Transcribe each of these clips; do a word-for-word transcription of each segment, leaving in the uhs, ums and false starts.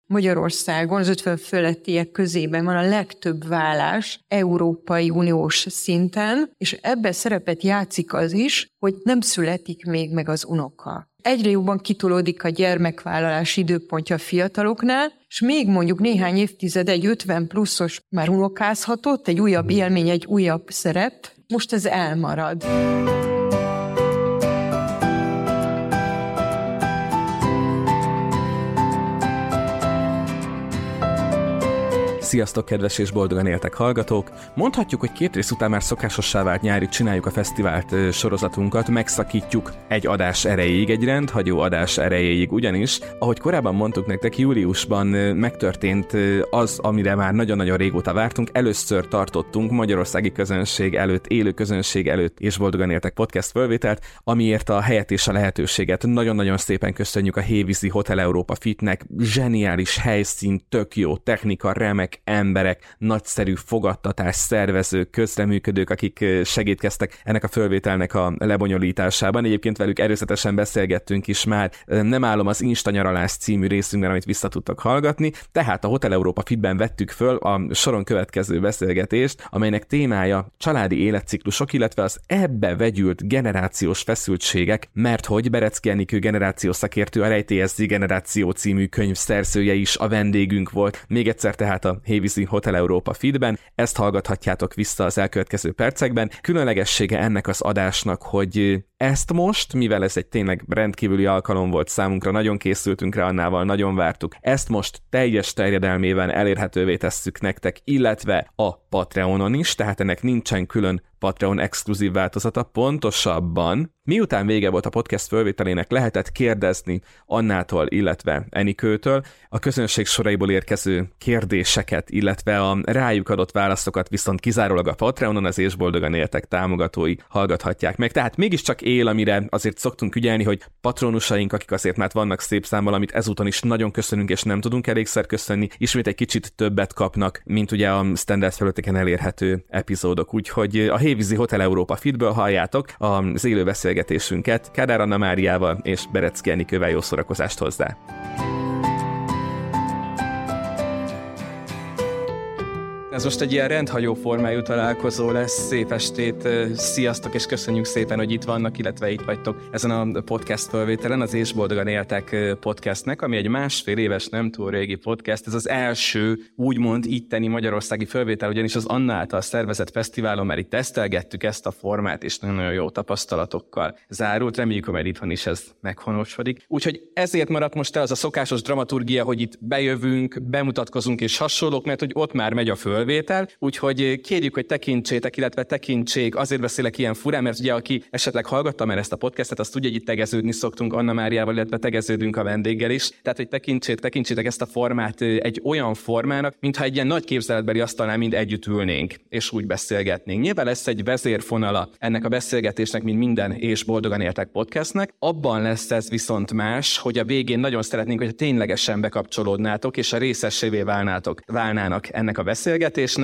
Magyarországon az ötven felettiek közében van a legtöbb vállás Európai Uniós szinten, és ebben szerepet játszik az is, hogy nem születik még meg az unoka. Egyre jobban kitolódik a gyermekvállalás időpontja a fiataloknál, és még mondjuk néhány évtized egy ötven pluszos már unokázhatott, egy újabb élmény, egy újabb szerep, most ez elmarad. Sziasztok, kedves és boldogan éltek hallgatók! Mondhatjuk, hogy két rész után már szokásossá vált nyári Csináljuk a Fesztivált sorozatunkat, megszakítjuk egy adás erejéig, egy rendhagyó adás erejéig, ugyanis, ahogy korábban mondtuk nektek, júliusban megtörtént az, amire már nagyon-nagyon régóta vártunk. Először tartottunk magyarországi közönség előtt, élő közönség előtt és boldogan éltek podcast fölvételt, amiért a helyet és a lehetőséget nagyon-nagyon szépen köszönjük a Hévízi Hotel Európa Fitnek. Zseniális helyszín, tök jó technika, remek emberek, nagyszerű fogadtatás, szervezők, közreműködők, akik segítkeztek ennek a fölvételnek a lebonyolításában. Egyébként velük erőzetesen beszélgettünk is már, Nem állom az Insta nyaralás című részünkben, amit vissza tudtak hallgatni, tehát a Hotel Európa Fitben vettük föl a soron következő beszélgetést, amelynek témája családi életciklusok, illetve az ebbe vegyült generációs feszültségek, mert hogy Berecki Enikő generációs szakértő, a Rejtélyezzi generáció című könyv szerzője is a vendégünk volt. Még egyszer tehát a Hévízi Hotel Európa Fitben. Ezt hallgathatjátok vissza az elkövetkező percekben. Különlegessége ennek az adásnak, hogy ezt most, mivel ez egy tényleg rendkívüli alkalom volt számunkra, nagyon készültünk rá Annával, nagyon vártuk, ezt most teljes terjedelmében elérhetővé tesszük nektek, illetve a Patreonon is, tehát ennek nincsen külön Patreon exkluzív változata, pontosabban miután vége volt a podcast fölvételének, lehetett kérdezni Annától, illetve Enikőtől a közönség soraiból érkező kérdéseket, illetve a rájuk adott válaszokat viszont kizárólag a Patreonon az És Boldogan Éltek támogatói hallgathatják meg. Tehát mégiscsak él, amire azért szoktunk ügyelni, hogy patronusaink, akik azért már vannak szép számmal, amit ezúton is nagyon köszönünk, és nem tudunk elégszer köszönni, ismét egy kicsit többet kapnak, mint ugye a standard felületeken elérhető epizódok. Úgyhogy a Hévízi Hotel Európa Fitből halljátok az élő beszélgetésünket Kádár Anna Máriával és Berecki Enikővel. Jó szórakozást hozzá! Ez most egy ilyen rendhagyó formájú találkozó lesz. Szép estét, sziasztok, és köszönjük szépen, hogy itt vannak, illetve itt vagytok ezen a podcast felvételen, az És Boldogan Éltek podcastnek, ami egy másfél éves, nem túl régi podcast. Ez az első, úgymond itteni magyarországi felvétel, ugyanis az Anna által szervezett fesztiválon már itt tesztelgettük ezt a formát, és nagyon jó tapasztalatokkal zárult. Reméljük, hogy itthon is ez meghonosodik. Úgyhogy ezért maradt most el az a szokásos dramaturgia, hogy itt bejövünk, bemutatkozunk és hasonlók, mert hogy ott már megy a föl. Vétel, úgyhogy kérjük, hogy tekintsétek, illetve tekintsék, azért beszélek ilyen furán, mert ugye aki esetleg hallgatta már ezt a podcastet, azt tudja, hogy itt tegeződni szoktunk Anna Máriával, illetve tegeződünk a vendéggel is. Tehát, hogy tekintsétek, tekintsétek ezt a formát egy olyan formának, mintha egy ilyen nagy képzeletbeli asztalnál mind együtt ülnénk, és úgy beszélgetnénk. Nyilván lesz egy vezérfonala ennek a beszélgetésnek, mint minden És Boldogan Éltek podcastnek. Abban lesz ez viszont más, hogy a végén nagyon szeretnénk, hogy ténylegesen bekapcsolódnátok, és a részessévé válnátok, válnának ennek a beszélgetésnek,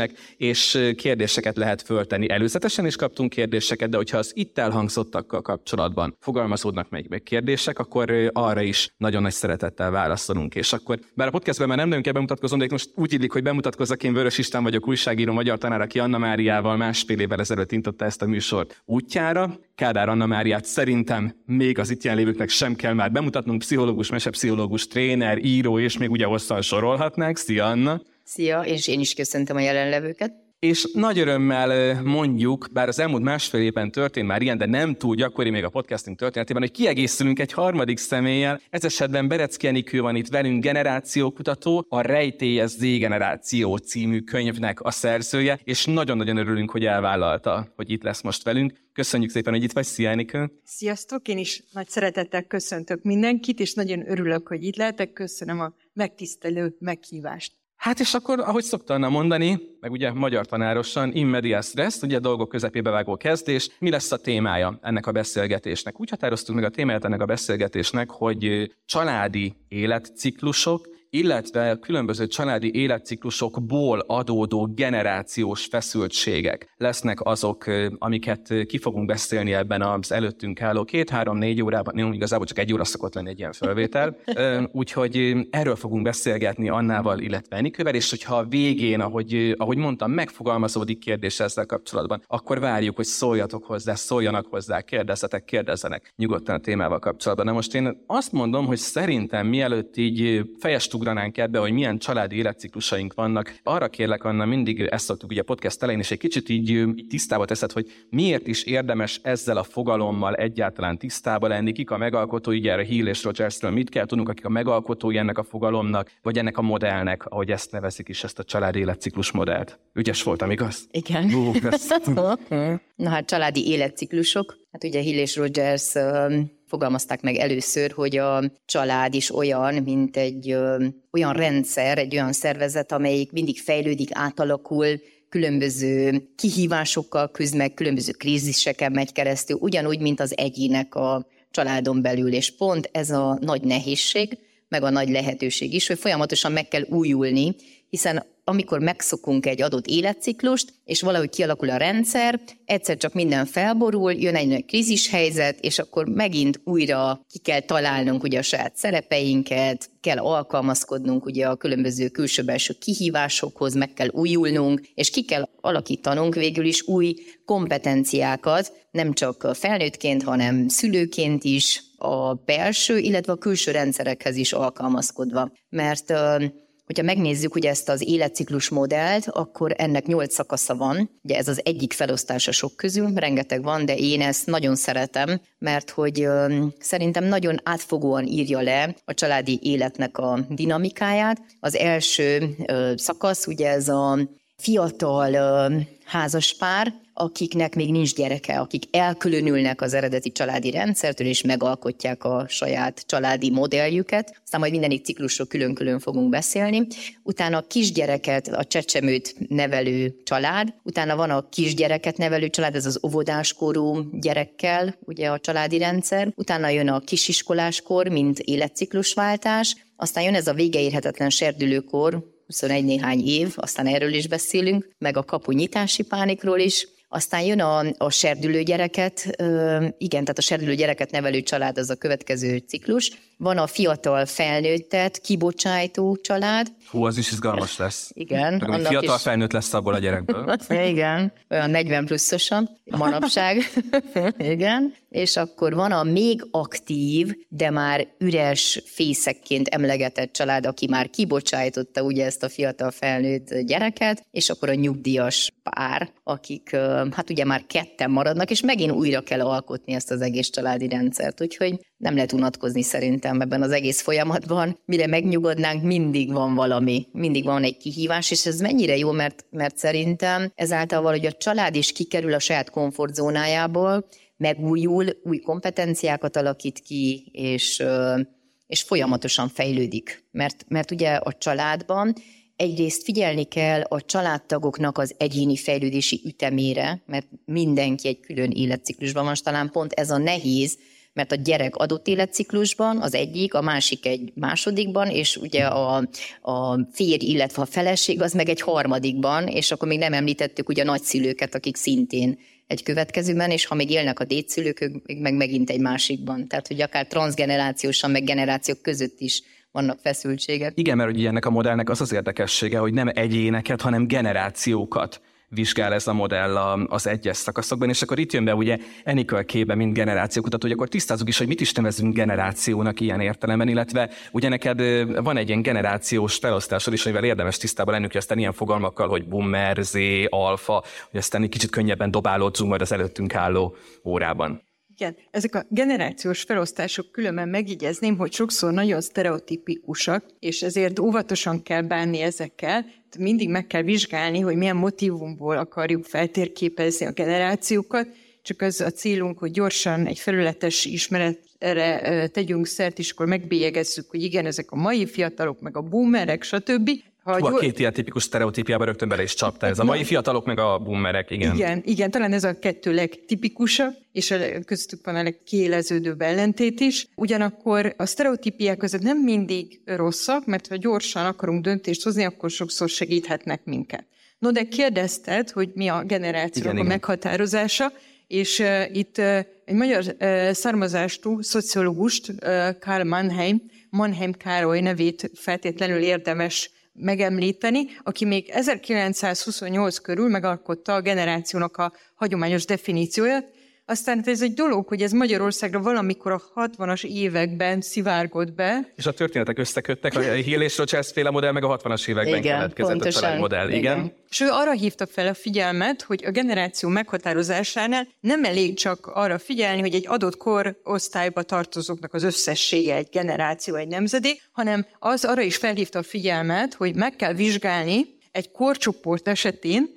és kérdéseket lehet föltenni. Előzetesen is kaptunk kérdéseket, de hogyha az itt elhangzottakkal kapcsolatban fogalmazódnak meg, meg kérdések, akkor arra is nagyon nagy szeretettel válaszolunk. És akkor, bár a podcastben már nem nagyon kell bemutatkozom, de itt most úgy illik, hogy bemutatkozzak, én Vörös István vagyok, újságíró, magyar tanár, aki Anna Máriával másfél évvel ezelőtt intotta ezt a műsort útjára. Kádár Anna Máriát szerintem még az itt jelenlévőknek sem kell már bemutatnunk, pszichológus, mesepszichológus, tréner, író, és még ugye hosszan sorolhatnánk. Szia, Anna! Szia, és én is köszöntöm a jelenlevőket. És nagy örömmel mondjuk, bár az elmúlt másfél évben történt már ilyen, de nem túl gyakori még a podcasting történetében, hogy kiegészülünk egy harmadik személlyel. Ez esetben Berecki Enikő van itt velünk, generációkutató, a Rejtélyezzi generáció című könyvnek a szerzője, és nagyon-nagyon örülünk, hogy elvállalta, hogy itt lesz most velünk. Köszönjük szépen, hogy itt vagy. Szia, Enikő! Sziasztok! Én is nagy szeretettel köszöntök mindenkit, és nagyon örülök, hogy itt lehetek. Köszönöm a megtisztelő meghívást. Hát és akkor, ahogy szoktam mondani, meg ugye magyar tanárosan, in medias res, ugye dolgok közepébe vágó kezdés, mi lesz a témája ennek a beszélgetésnek? Úgy határoztuk meg a témáját ennek a beszélgetésnek, hogy családi életciklusok, illetve a különböző családi életciklusokból adódó generációs feszültségek lesznek azok, amiket ki fogunk beszélni ebben az előttünk álló két-három-négy órában, nem igazából csak egy óra szokott lenni egy ilyen felvétel, úgyhogy erről fogunk beszélgetni Annával, illetve Enikővel, és hogyha a végén, ahogy, ahogy mondtam, megfogalmazódik kérdés ezzel kapcsolatban, akkor várjuk, hogy szóljatok hozzá, szóljanak hozzá, kérdezzetek, kérdezzenek nyugodtan a témával kapcsolatban. Na most én azt mondom, hogy szerintem mielőtt így fejest ugranánk ebbe, hogy milyen családi életciklusaink vannak, arra kérlek, Anna, mindig ezt szoktuk ugye a podcast elején, és egy kicsit így, így tisztába teszed, hogy miért is érdemes ezzel a fogalommal egyáltalán tisztába lenni, kik a megalkotói, ugye erre Hill és Rogersről mit kell tudnunk, akik a megalkotói ennek a fogalomnak, vagy ennek a modellnek, ahogy ezt nevezik is, ezt a családi életciklus modellt. Ügyes voltam, igaz? Igen. Ú, Na hát családi életciklusok. Hát ugye Hill és Rogers uh, fogalmazták meg először, hogy a család is olyan, mint egy uh, olyan rendszer, egy olyan szervezet, amelyik mindig fejlődik, átalakul, különböző kihívásokkal küzd meg, különböző kríziseken megy keresztül, ugyanúgy, mint az egyének a családon belül. És pont ez a nagy nehézség, meg a nagy lehetőség is, hogy folyamatosan meg kell újulni, hiszen amikor megszokunk egy adott életciklust, és valahogy kialakul a rendszer, egyszer csak minden felborul, jön egy nagy krízishelyzet, és akkor megint újra ki kell találnunk ugye a saját szerepeinket, kell alkalmazkodnunk ugye a különböző külső-belső kihívásokhoz, meg kell újulnunk, és ki kell alakítanunk végül is új kompetenciákat, nem csak felnőttként, hanem szülőként is, a belső, illetve a külső rendszerekhez is alkalmazkodva. Mert hogyha megnézzük ugye ezt az életciklus modellt, akkor ennek nyolc szakasza van. Ugye ez az egyik felosztása sok közül, rengeteg van, de én ezt nagyon szeretem, mert hogy ö, szerintem nagyon átfogóan írja le a családi életnek a dinamikáját. Az első ö, szakasz, ugye ez a fiatal ö, házaspár, akiknek még nincs gyereke, akik elkülönülnek az eredeti családi rendszertől, és megalkotják a saját családi modelljüket. Aztán majd mindenik ciklusról külön-külön fogunk beszélni. Utána a kisgyereket, a csecsemőt nevelő család. Utána van a kisgyereket nevelő család, ez az óvodáskorú gyerekkel, ugye a családi rendszer. Utána jön a kisiskoláskor, mint életciklusváltás. Aztán jön ez a végeérhetetlen serdülőkor, huszonegy néhány év, aztán erről is beszélünk, meg a kapunyitási pánikról is. Aztán jön a, a serdülő gyereket, ö, igen, tehát a serdülő gyereket nevelő család az a következő ciklus. Van a fiatal felnőttet kibocsájtó család. Hú, az is izgalmas lesz. Igen. Meg annak fiatal is... felnőtt lesz abból a gyerekből. Igen, olyan negyven pluszosan, manapság. Igen. És akkor van a még aktív, de már üres fészekként emlegetett család, aki már kibocsájtotta ugye ezt a fiatal felnőtt gyereket, és akkor a nyugdíjas pár, akik hát ugye már ketten maradnak, és megint újra kell alkotni ezt az egész családi rendszert. Úgyhogy nem lehet unatkozni szerintem ebben az egész folyamatban. Mire megnyugodnánk, mindig van valami, mindig van egy kihívás, és ez mennyire jó, mert, mert szerintem ezáltal valahogy a család is kikerül a saját komfortzónájából, megújul, új kompetenciákat alakít ki, és, és folyamatosan fejlődik. Mert, mert ugye a családban egyrészt figyelni kell a családtagoknak az egyéni fejlődési ütemére, mert mindenki egy külön életciklusban van, és talán pont ez a nehéz, mert a gyerek adott életciklusban, az egyik, a másik egy másodikban, és ugye a, a férj, illetve a feleség az meg egy harmadikban, és akkor még nem említettük ugye a nagyszülőket, akik szintén egy következőben, és ha még élnek a dédszülők, ők meg megint egy másikban. Tehát, hogy akár transzgenerációsan, meg generációk között is vannak feszültségek. Igen, mert ugye ennek a modellnek az az érdekessége, hogy nem egyéneket, hanem generációkat vizsgál ez a modell az egyes szakaszokban, és akkor itt jön be ugye Enikő képbe, mint generációkutató, hogy akkor tisztázzuk is, hogy mit is nevezünk generációnak ilyen értelemben, illetve ugye neked van egy ilyen generációs felosztásod is, amivel érdemes tisztában lennünk, hogy aztán ilyen fogalmakkal, hogy boomer, Z, alfa, hogy aztán egy kicsit könnyebben dobálódzunk majd az előttünk álló órában. Igen, ezek a generációs felosztások, különben megjegyezném, hogy sokszor nagyon sztereotipikusak, és ezért óvatosan kell bánni ezekkel. Mindig meg kell vizsgálni, hogy milyen motivumból akarjuk feltérképezni a generációkat, csak az a célunk, hogy gyorsan egy felületes ismeretre tegyünk szert, és akkor megbélyegezzük, hogy igen, ezek a mai fiatalok, meg a boomerek, stb., Ha Hú, a két ilyen tipikus sztereotípiába rögtön bele is csapta ez. A mai fiatalok meg a boomerek, igen. Igen, igen, talán ez a kettő legtipikusabb, és a köztük van a legkiéleződőbb ellentét is. Ugyanakkor a sztereotípiák között nem mindig rosszak, mert ha gyorsan akarunk döntést hozni, akkor sokszor segíthetnek minket. No, de kérdezted, hogy mi a generációk igen, a meghatározása, és uh, itt uh, egy magyar uh, származású szociológust, uh, Karl Mannheim, Mannheim Károly nevét feltétlenül érdemes megemlíteni, aki még ezerkilencszázhuszonnyolc körül megalkotta a generációnak a hagyományos definícióját. Aztán ez egy dolog, hogy ez Magyarországra valamikor a hatvanas években szivárgott be. És a történetek összeköttek, a Hill és Rogers féle modell meg a hatvanas években igen, keletkezett pontosan. A családmodell. Igen. Igen. És ő arra hívta fel a figyelmet, hogy a generáció meghatározásánál nem elég csak arra figyelni, hogy egy adott korosztályba tartozóknak az összessége egy generáció, egy nemzedék, hanem az arra is felhívta a figyelmet, hogy meg kell vizsgálni egy korcsoport esetén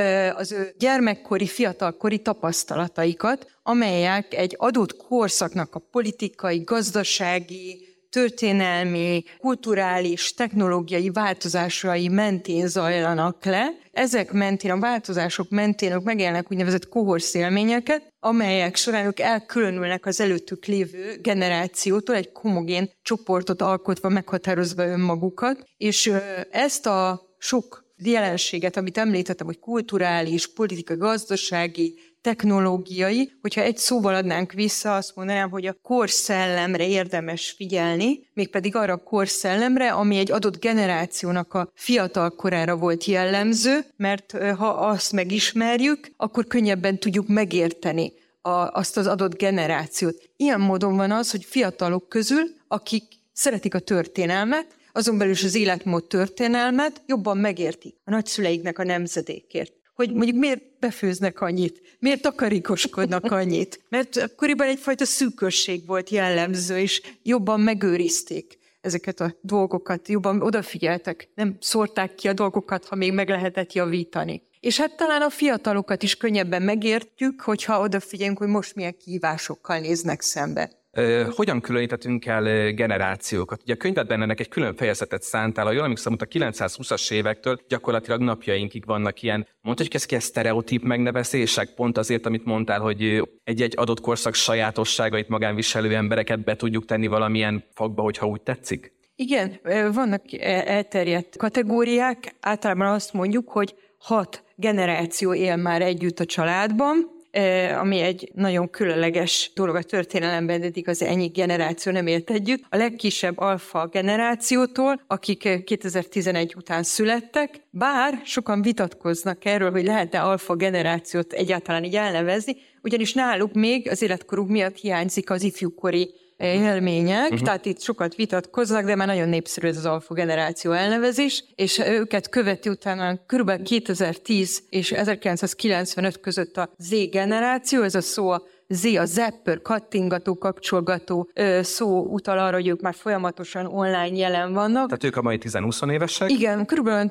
az ő gyermekkori, fiatalkori tapasztalataikat, amelyek egy adott korszaknak a politikai, gazdasági, történelmi, kulturális, technológiai változásai mentén zajlanak le. Ezek mentén, a változások mentén ők megélnek úgynevezett kohorsz élményeket, amelyek során ők elkülönülnek az előttük lévő generációtól, egy homogén csoportot alkotva, meghatározva önmagukat, és ezt a sok jelenséget, amit említettem, hogy kulturális, politikai, gazdasági, technológiai, hogyha egy szóval adnánk vissza, azt mondanám, hogy a korszellemre érdemes figyelni, mégpedig arra a korszellemre, ami egy adott generációnak a fiatal korára volt jellemző, mert ha azt megismerjük, akkor könnyebben tudjuk megérteni a, azt az adott generációt. Ilyen módon van az, hogy fiatalok közül, akik szeretik a történelmet, azon belül is az életmód történelmet jobban megértik a nagyszüleiknek a nemzedékért. Hogy mondjuk miért befőznek annyit, miért takarékoskodnak annyit, mert akkoriban egyfajta szűkösség volt jellemző, és jobban megőrizték ezeket a dolgokat, jobban odafigyeltek, nem szórták ki a dolgokat, ha még meg lehetett javítani. És hát talán a fiatalokat is könnyebben megértjük, hogyha odafigyelünk, hogy most milyen kihívásokkal néznek szembe. Hogyan különítettünk el generációkat? Ugye a könyvedben ennek egy külön fejezetet szántál, a jól emlékszem, a kilencszázhúszas évektől gyakorlatilag napjainkig vannak ilyen, mondhatjuk ezt ki, sztereotíp megnevezések, pont azért, amit mondtál, hogy egy-egy adott korszak sajátosságait magánviselő embereket be tudjuk tenni valamilyen fogba, hogyha úgy tetszik? Igen, vannak elterjedt kategóriák, általában azt mondjuk, hogy hat generáció él már együtt a családban, ami egy nagyon különleges dolog a történelemben, eddig az ennyi generáció nem élt együtt. A legkisebb alfa generációtól, akik kétezer-tizenegy után születtek, bár sokan vitatkoznak erről, hogy lehet-e alfa generációt egyáltalán így elnevezni, ugyanis náluk még az életkoruk miatt hiányzik az ifjúkori élmények, uh-huh. tehát itt sokat vitatkoznak, de már nagyon népszerű ez az alfa generáció elnevezés, és őket követi utána kb. kétezer-tíz és ezerkilencszázkilencvenöt között a Z generáció, ez a szó a Z, a zapper, kattingató, kapcsolgató szó utal arra, hogy ők már folyamatosan online jelen vannak. Tehát ők a mai tíz-húsz évesek? Igen, kb.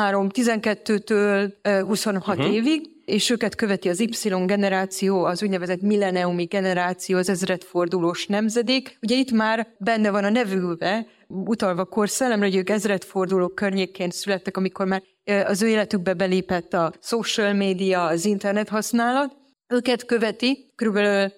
tizenhárom-tizenkettőtől huszonhat uh-huh. évig, és őket követi az Y generáció, az úgynevezett milleniumi generáció, az ezredfordulós nemzedék. Ugye itt már benne van a nevükbe, utalva korszellemre, hogy ők ezredfordulók környékén születtek, amikor már az ő életükbe belépett a social media, az internet használat. Őket követi kb.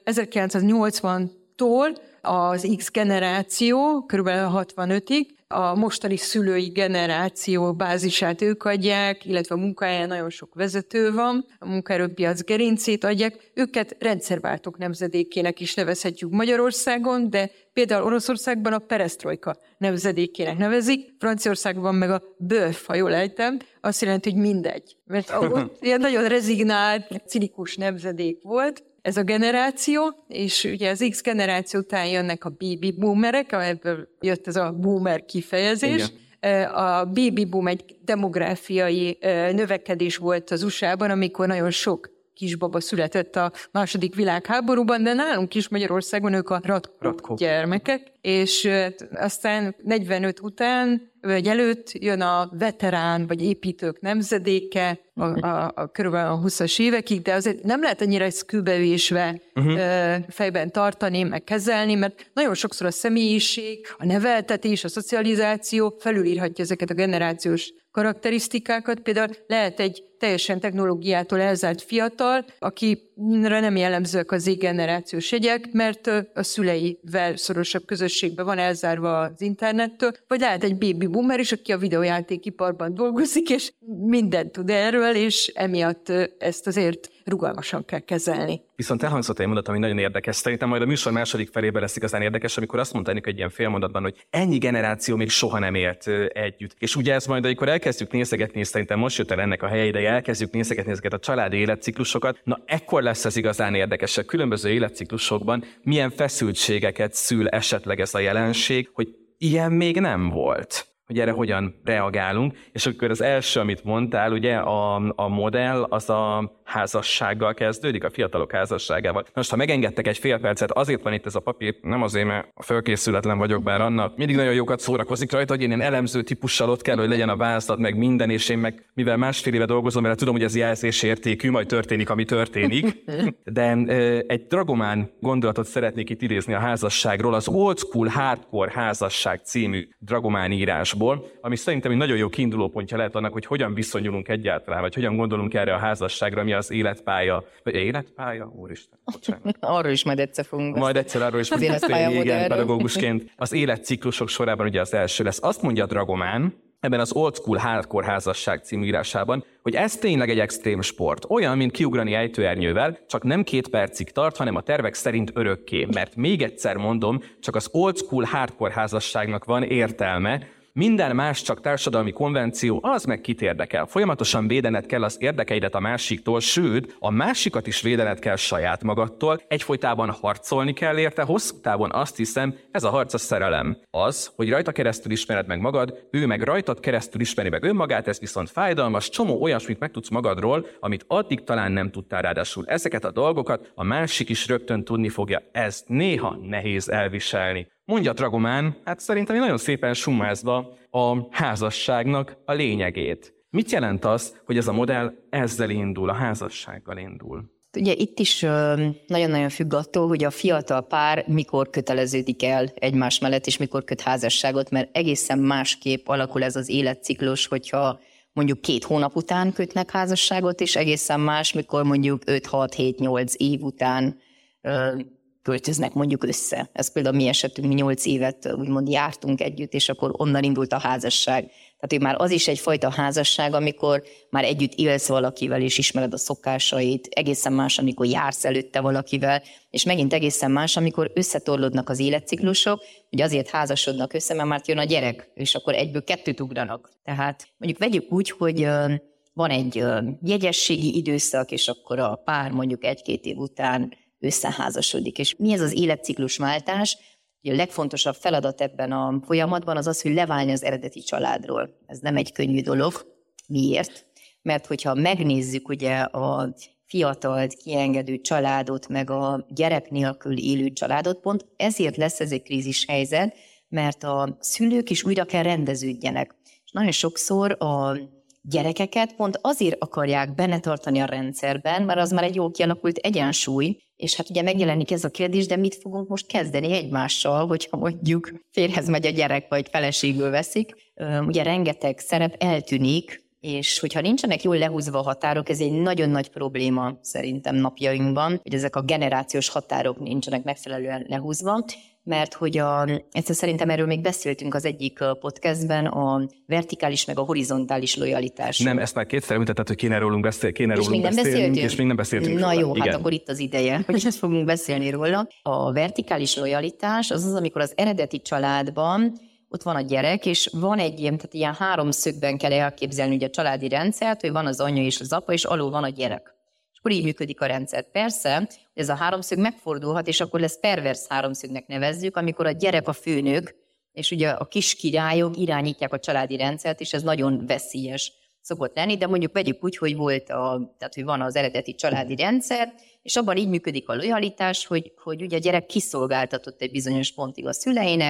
ezerkilencszáznyolcvantól az X generáció, kb. hatvanötig, a mostani szülői generáció bázisát ők adják, illetve a munkahelyen nagyon sok vezető van, a munkaerőpiac gerincét adják, őket rendszerváltók nemzedékének is nevezhetjük Magyarországon, de például Oroszországban a peresztrojka nemzedékének nevezik, Franciaországban meg a bőf, ha jól ejtem, azt jelenti, hogy mindegy. Mert ott ilyen nagyon rezignált, cinikus nemzedék volt, ez a generáció, és ugye az X generáció után jönnek a baby boomerek, ebből jött ez a boomer kifejezés. Igen. A baby boom egy demográfiai növekedés volt az u es á-ban, amikor nagyon sok kisbaba született a második világháborúban, de nálunk is Magyarországon ők a ratkó gyermekek, és aztán negyvenöt után, vagy előtt jön a veterán vagy építők nemzedéke, a, a, a körülbelül a huszas évekig, de azért nem lehet annyira ezt kőbevésve uh-huh. fejben tartani, meg kezelni, mert nagyon sokszor a személyiség, a neveltetés, a szocializáció felülírhatja ezeket a generációs karakterisztikákat. Például lehet egy teljesen technológiától elzárt fiatal, akire nem jellemzőek az Z-generációs jegyek, mert a szüleivel szorosabb közösségben van elzárva az internettől, vagy lehet egy baby boomer is, aki a videójátékiparban dolgozik, és mindent tud erről, és emiatt ezt azért rugalmasan kell kezelni. Viszont elhangzott egy mondat, ami nagyon érdekes. Szerintem majd a műsor második felében lesz igazán érdekes, amikor azt mondták egy ilyen félmondatban, hogy ennyi generáció még soha nem élt együtt. És ugye ez majd, amikor elkezdjük nézegetni, és szerintem most jött el ennek a helye ide, elkezdjük nézegetni ezeket a családi életciklusokat, na ekkor lesz ez igazán érdekes. A különböző életciklusokban milyen feszültségeket szül esetleg ez a jelenség, hogy ilyen még nem volt. Hogy erre hogyan reagálunk, és akkor az első, amit mondtál, ugye a, a modell az a házassággal kezdődik, a fiatalok házasságával. Most, ha megengedtek egy fél percet, azért van itt ez a papír, nem azért, mert fölkészületlen vagyok, bár annak mindig nagyon jókat szórakozik rajta, hogy én ilyen elemző típussal ott kell, hogy legyen a vázlat, meg minden, és én meg, mivel másfél éve dolgozom, mert tudom, hogy ez jelzésértékű, majd történik, ami történik. De egy dragomán gondolatot szeretnék itt idézni a házasságról, az Old School Hardcore Házasság című dragomán írásból, ami szerintem egy nagyon jó kiindulópontja lehet annak, hogy hogyan viszonyulunk egyáltalán, vagy hogyan gondolunk erre a házasságra, mi az életpálya, vagy életpálya? Úristen, bocsánat. Arról is majd egyszer fogunk. Majd egyszer arról is fogunk beszélni, igen, pedagógusként. Az életciklusok sorában ugye az első lesz. Azt mondja a dragomán, ebben az Old School Hardcore Házasság című írásában, hogy ez tényleg egy extrém sport. Olyan, mint kiugrani ejtőernyővel, csak nem két percig tart, hanem a tervek szerint örökké. Mert még egyszer mondom, csak az Old School Hardcore házasságnak van értelme. Minden más csak társadalmi konvenció, az meg kit érdekel. Folyamatosan védened kell az érdekeidet a másiktól, sőt, a másikat is védened kell saját magadtól, egyfolytában harcolni kell érte, hosszú távon azt hiszem, ez a harc a szerelem. Az, hogy rajta keresztül ismered meg magad, ő meg rajtad keresztül ismeri meg önmagát, ez viszont fájdalmas, csomó olyasmit megtudsz magadról, amit addig talán nem tudtál, ráadásul ezeket a dolgokat a másik is rögtön tudni fogja. Ez néha nehéz elviselni. Mondja dragomán, hát szerintem nagyon szépen summázva a házasságnak a lényegét. Mit jelent az, hogy ez a modell ezzel indul, a házassággal indul? Ugye itt is nagyon-nagyon függ attól, hogy a fiatal pár mikor köteleződik el egymás mellett, és mikor köt házasságot, mert egészen másképp alakul ez az életciklus, hogyha mondjuk két hónap után kötnek házasságot, és egészen más, mikor mondjuk öt hat hét nyolc év után költöznek mondjuk össze. Ez például mi esetünk, mi nyolc évet úgymond jártunk együtt, és akkor onnan indult a házasság. Tehát, hogy már az is egyfajta házasság, amikor már együtt élsz valakivel, és ismered a szokásait, egészen más, amikor jársz előtte valakivel, és megint egészen más, amikor összetorlódnak az életciklusok, hogy azért házasodnak össze, mert már jön a gyerek, és akkor egyből kettőt ugranak. Tehát mondjuk vegyük úgy, hogy van egy jegyességi időszak, és akkor a pár mondjuk egy-két év után összeházasodik. És mi ez az életciklusváltás? A legfontosabb feladat ebben a folyamatban az az, hogy leválni az eredeti családról. Ez nem egy könnyű dolog. Miért? Mert hogyha megnézzük ugye a fiatalt, kiengedő családot, meg a gyerek nélkül élő családot, pont ezért lesz ez egy krízis helyzet, mert a szülők is újra kell rendeződjenek. És nagyon sokszor a gyerekeket pont azért akarják benne tartani a rendszerben, mert az már egy jól kialakult egyensúly, és hát ugye megjelenik ez a kérdés, de mit fogunk most kezdeni egymással, hogyha mondjuk férjhez megy a gyerek, vagy feleségül veszik. Ugye rengeteg szerep eltűnik, és hogyha nincsenek jól lehúzva a határok, ez egy nagyon nagy probléma szerintem napjainkban, hogy ezek a generációs határok nincsenek megfelelően lehúzva, mert hogy a, egyszer szerintem erről még beszéltünk az egyik podcastben, a vertikális meg a horizontális lojalitás. Nem, ezt már kétszer említetted, hogy kéne rólunk beszélni, kéne rólunk beszélni, és még nem beszéltünk Na róla. jó, Igen. Hát akkor itt az ideje, hogy ezt fogunk beszélni róla. A vertikális lojalitás az az, amikor az eredeti családban ott van a gyerek, és van egy ilyen, tehát ilyen háromszögben kell elképzelni ugye a családi rendszert, hogy van az anya és az apa, és alul van a gyerek. És akkor így működik a rendszer. Persze, ez a háromszög megfordulhat, és akkor lesz pervers háromszögnek nevezzük, amikor a gyerek a főnök, és ugye a kis királyok irányítják a családi rendszert, és ez nagyon veszélyes szokott lenni, de mondjuk vegyük úgy, hogy volt a, tehát hogy van az eredeti családi rendszer, és abban így működik a lojalitás, hogy, hogy ugye a gyerek kiszolgáltatott egy bizonyos pontig a szüleinek,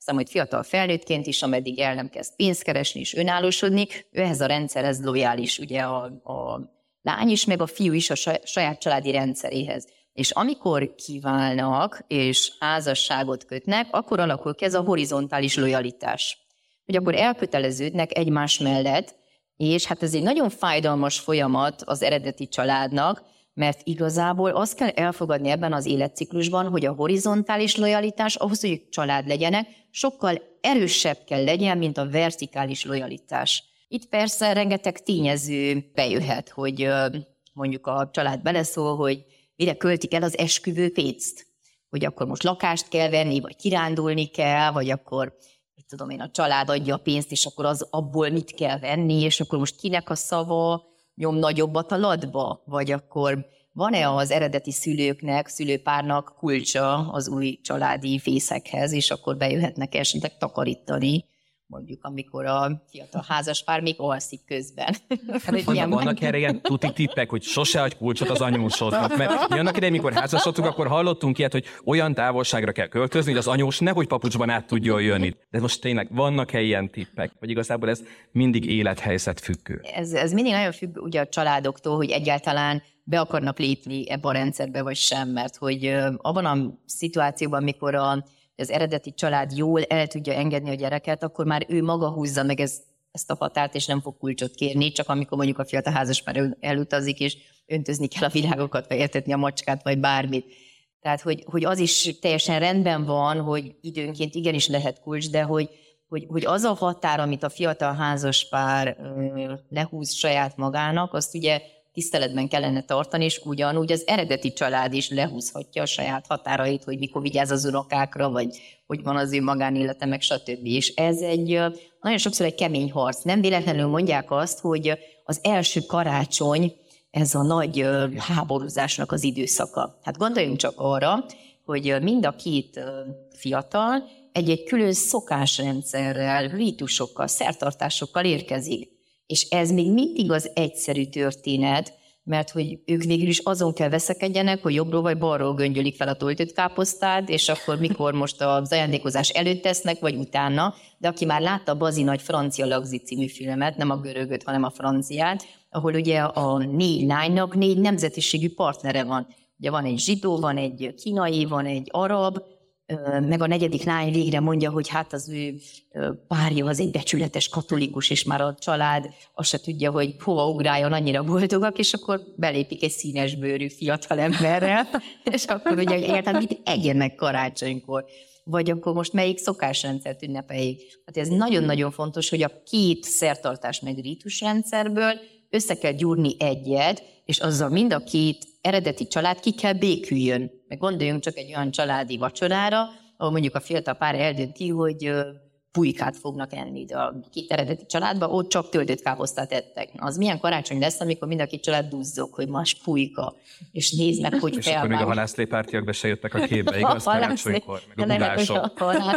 aztán majd fiatal felnőttként is, ameddig el nem kezd pénzt keresni és önállósodni, ő ehhez a rendszerhez lojális, ugye a, a lány is, meg a fiú is a saját családi rendszeréhez. És amikor kiválnak és házasságot kötnek, akkor alakul ki ez a horizontális lojalitás. Hogy akkor elköteleződnek egymás mellett, és hát ez egy nagyon fájdalmas folyamat az eredeti családnak, mert igazából azt kell elfogadni ebben az életciklusban, hogy a horizontális lojalitás ahhoz, hogy ők család legyenek, sokkal erősebb kell legyen, mint a vertikális lojalitás. Itt persze rengeteg tényező bejöhet, hogy mondjuk a család beleszól, hogy mire költik el az esküvő pénzt. Hogy akkor most lakást kell venni, vagy kirándulni kell, vagy akkor, mit tudom én, a család adja a pénzt, és akkor az abból mit kell venni, és akkor most kinek a szava nyom nagyobbat a latba, vagy akkor van-e az eredeti szülőknek, szülőpárnak kulcsa az új családi fészekhez, és akkor bejöhetnek esetleg takarítani, mondjuk amikor a fiatal házaspár még alszik közben. Hát, vannak, vannak erre ilyen tuti tippek, hogy sose adj kulcsot az anyósodnak, mert annak idején, mikor házasodtunk, akkor hallottunk ilyet, hogy olyan távolságra kell költözni, hogy az anyós nehogy papucsban át tudjon jönni. De most tényleg vannak-e ilyen tippek? Vagy igazából ez mindig élethelyzet függő? Ez, ez mindig nagyon függ ugye a családoktól, hogy egyáltalán be akarnak lépni ebbe a rendszerbe, vagy sem, mert hogy abban a szituációban, mikor a az eredeti család jól el tudja engedni a gyereket, akkor már ő maga húzza meg ezt, ezt a határt, és nem fog kulcsot kérni, csak amikor mondjuk a fiatal házaspár elutazik, és öntözni kell a virágokat, vagy értetni a macskát, vagy bármit. Tehát, hogy, hogy az is teljesen rendben van, hogy időnként igenis lehet kulcs, de hogy, hogy, hogy az a határ, amit a fiatal házaspár lehúz saját magának, azt ugye tiszteletben kellene tartani, és ugyanúgy az eredeti család is lehúzhatja a saját határait, hogy mikor vigyáz az unokákra, vagy hogy van az ő magánélete, meg stb. És ez egy nagyon sokszor egy kemény harc. Nem véletlenül mondják azt, hogy az első karácsony ez a nagy háborúzásnak az időszaka. Hát gondoljunk csak arra, hogy mind a két fiatal egy-egy külön szokásrendszerrel, rítusokkal, szertartásokkal érkezik. És ez még mindig az egyszerű történet, mert hogy ők végül is azon kell veszekedjenek, hogy jobbról vagy balról göngyölik fel a töltött káposztát, és akkor mikor most az ajándékozás előtt tesznek, vagy utána, de aki már látta a Bazi nagy francia lagzi című filmet, nem a görögöt, hanem a franciát, ahol ugye a négy lánynak négy nemzetiségű partnere van. Ugye van egy zsidó, van egy kínai, van egy arab, meg a negyedik lány végre mondja, hogy hát az ő párja az egy becsületes katolikus, és már a család azt se tudja, hogy hova ugráljon, annyira boldogak, és akkor belépik egy színesbőrű fiatalemberrel, és akkor ugye értem, mit egyenek karácsonykor. Vagy akkor most melyik szokásrendszert ünnepeljék. Hát ez nagyon-nagyon fontos, hogy a két szertartás meg rítusrendszerből össze kell gyúrni egyet, és azzal mind a két eredeti család ki kell béküljön. Meg gondoljunk csak egy olyan családi vacsorára, ahol mondjuk a fiatal pár eldönti, hogy pulykát fognak enni, de a két eredeti családban ott csak töltött káposztát ettek. Az milyen karácsony lesz, amikor mind a két család duzzog, hogy más pulyka, és nézd meg, hogy és akkor még a halászlépártiak be se jöttek a képbe, igaz? Karácsonykor, meg a gubások.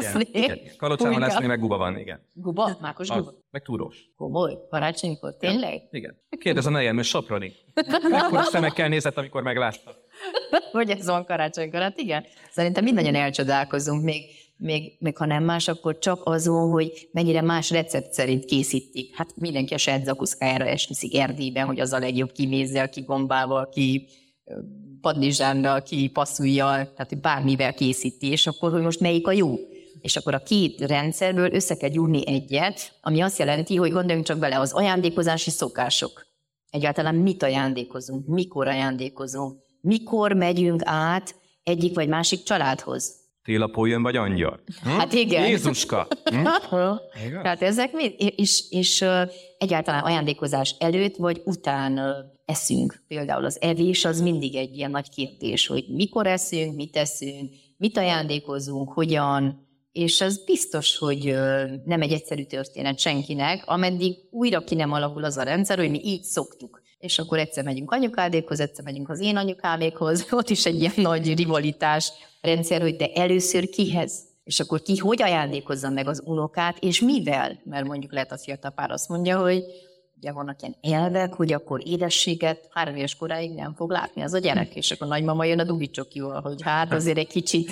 Kalocsán halászlé, meg guba van, igen. Guba? Mákos guba? Meg túrós. Komoly? Karácsonykor? Tényleg? Igen. Kérdez a nejem, és Soproni. Mekkora szemekkel nézett, amikor meglátta. Hogy ez van karácsonykor? Hát igen. Szerintem mindannyian elcsodálkozunk, még, még, még ha nem más, akkor csak azon, hogy mennyire más recept szerint készítik. Hát mindenki a saját zakuszkájára esniszik Erdélyben, hogy az a legjobb ki mézzel, ki gombával, ki padlizsánnal, ki passzujjal, tehát hogy bármivel készíti, és akkor, hogy most melyik a jó. És akkor a két rendszerből össze kell gyúrni egyet, ami azt jelenti, hogy gondoljunk csak bele az ajándékozási szokások. Egyáltalán mit ajándékozunk, mikor ajándékozunk, mikor megyünk át egyik vagy másik családhoz. Télapó vagy angyal? Hm? Hát igen. Jézuska! Hm? Tehát ezek mind, és, és egyáltalán ajándékozás előtt vagy után eszünk. Például az evés az mindig egy ilyen nagy kérdés, hogy mikor eszünk, mit eszünk, mit ajándékozunk, hogyan, és ez biztos, hogy nem egy egyszerű történet senkinek, ameddig újra ki nem alakul az a rendszer, hogy mi így szoktuk. És akkor egyszer megyünk anyukádékhoz, egyszer megyünk az én anyukámékhoz, ott is egy ilyen nagy rivalitás rendszer, hogy de először kihez? És akkor ki hogy ajándékozza meg az unokát, és mivel? Mert mondjuk lehet a fiatal pár azt mondja, hogy ugye vannak ilyen elvek, hogy akkor édességet három éves koráig nem fog látni az a gyerek, és akkor nagymama jön a dugicsokival, hogy hát azért egy kicsit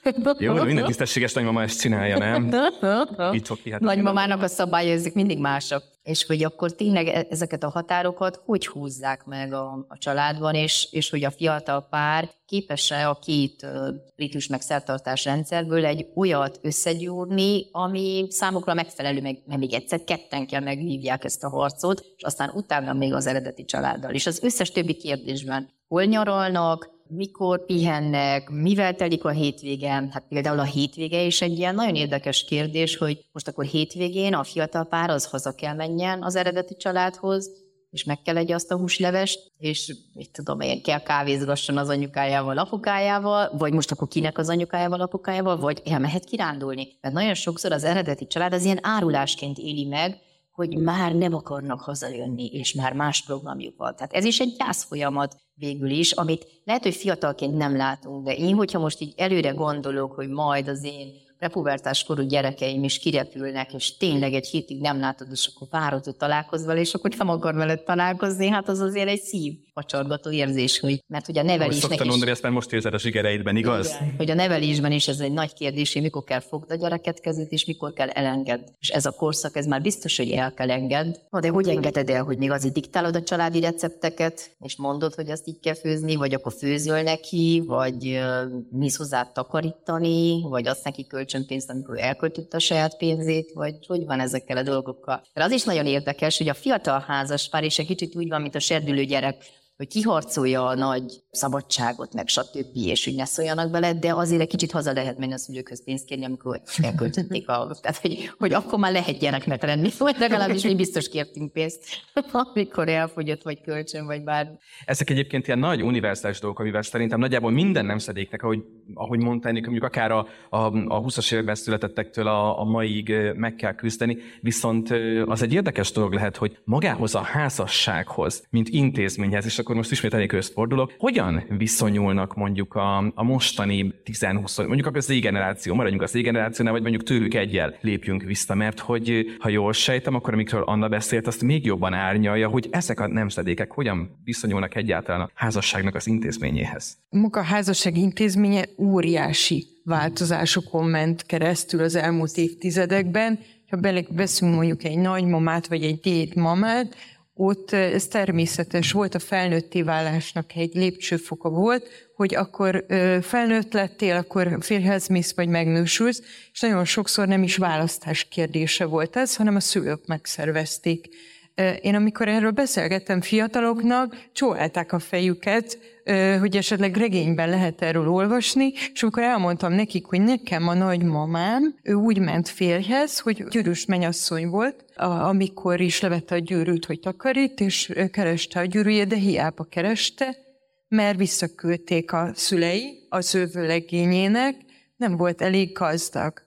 Jó, de minden tisztességes nagymama ezt csinálja, nem? Így fog kihatni. Nagymamának a szabályai ezek mindig mások. És hogy akkor tényleg ezeket a határokat hogy húzzák meg a, a családban, és, és hogy a fiatal pár képes-e a két ritus meg szertartás rendszerből egy olyat összegyúrni, ami számukra megfelelő, meg, meg még egyszer ketten kell megvívják ezt a harcot, és aztán utána még az eredeti családdal. És az összes többi kérdésben, hol nyaralnak, mikor pihennek, mivel telik a hétvége? Hát például a hétvége is egy ilyen nagyon érdekes kérdés, hogy most akkor hétvégén a fiatal pár az haza kell menjen az eredeti családhoz, és meg kell egye azt a húslevest, és mit tudom én, kell kávézgasson az anyukájával, apukájával, vagy most akkor kinek az anyukájával, apukájával, vagy elmehet kirándulni. Mert nagyon sokszor az eredeti család az ilyen árulásként éli meg, hogy már nem akarnak hazajönni, és már más programjuk van. Tehát ez is egy gyászfolyamat végül is, amit lehet, hogy fiatalként nem látunk, de én, hogyha most így előre gondolok, hogy majd az én prepubertás korú gyerekeim is kirepülnek, és tényleg egy hétig nem látod, és akkor várod, hogy találkozz vele, és akkor nem akar veled találkozni, hát az azért egy szív facsargató érzés, hogy, mert ugye a nevelésnek is... Szoktam mondani, ezt már most érzed a zsigereidben, igaz? Igen, hogy a nevelésben is ez egy nagy kérdés, hogy mikor kell fogd a gyereket kezét, és mikor kell elenged. És ez a korszak, ez már biztos, hogy el kell enged. Na, de hogy engeded el, hogy még azért diktálod a családi recepteket, és mondod, hogy azt így kell főzni, vagy akkor főzöl neki, vagy uh, mész hozzá takarítani, vagy azt neki kölcsönpénzt, amikor elköltött a saját pénzét, vagy hogy van ezekkel a dolgokkal. De az is nagyon érdekes, hogy a fiatal házaspár is egy kicsit úgy van, mint a serdülő gyerek, hogy kiharcolja a nagy szabadságot, meg stb., és úgy ne szóljanak bele, de azért egy kicsit haza lehet menni a szülőkhöz pénzt kérni, amikor elköltötték a... Tehát, hogy, hogy akkor már lehet gyereknek lenni, vagy legalábbis mi biztos kértünk pénzt, amikor elfogyott, vagy kölcsön, vagy bár. Ezek egyébként ilyen nagy univerzális dolgok, amivel szerintem nagyjából minden nemzedéknek, ahogy, ahogy mondta, mondjuk akár a, a, a húszas években születettektől a, a maiig meg kell küzdeni, viszont az egy érdekes dolog lehet, hogy magához a házassághoz, mint intézményhez, és akkor most ismételni közfordulok, hogyan viszonyulnak mondjuk a, a mostani tíz-húsz, mondjuk akkor az Z-generáció, maradjunk a Z-generációnál, vagy mondjuk tőlük egyel lépjünk vissza, mert hogy ha jól sejtem, akkor amikről Anna beszélt, azt még jobban árnyalja, hogy ezek a nemzedékek hogyan viszonyulnak egyáltalán a házasságnak az intézményéhez. Maga a házasság intézménye óriási változásokon ment keresztül az elmúlt évtizedekben. Ha beleveszünk mondjuk egy nagymamát, vagy egy dédmamát, ott ez természetes volt, a felnőtté válásnak egy lépcsőfoka volt, hogy akkor felnőtt lettél, akkor férjhez mész, vagy megnősülsz, és nagyon sokszor nem is választás kérdése volt ez, hanem a szülők megszervezték. Én amikor erről beszélgettem fiataloknak, csóválták a fejüket, hogy esetleg regényben lehet erről olvasni, és amikor elmondtam nekik, hogy nekem a nagymamám, ő úgy ment férjhez, hogy gyűrűs mennyasszony volt, amikor is levette a gyűrűt, hogy takarít, és kereste a gyűrűjét, de hiába kereste, mert visszaküldték a szülei az ő vőlegényének, nem volt elég gazdag.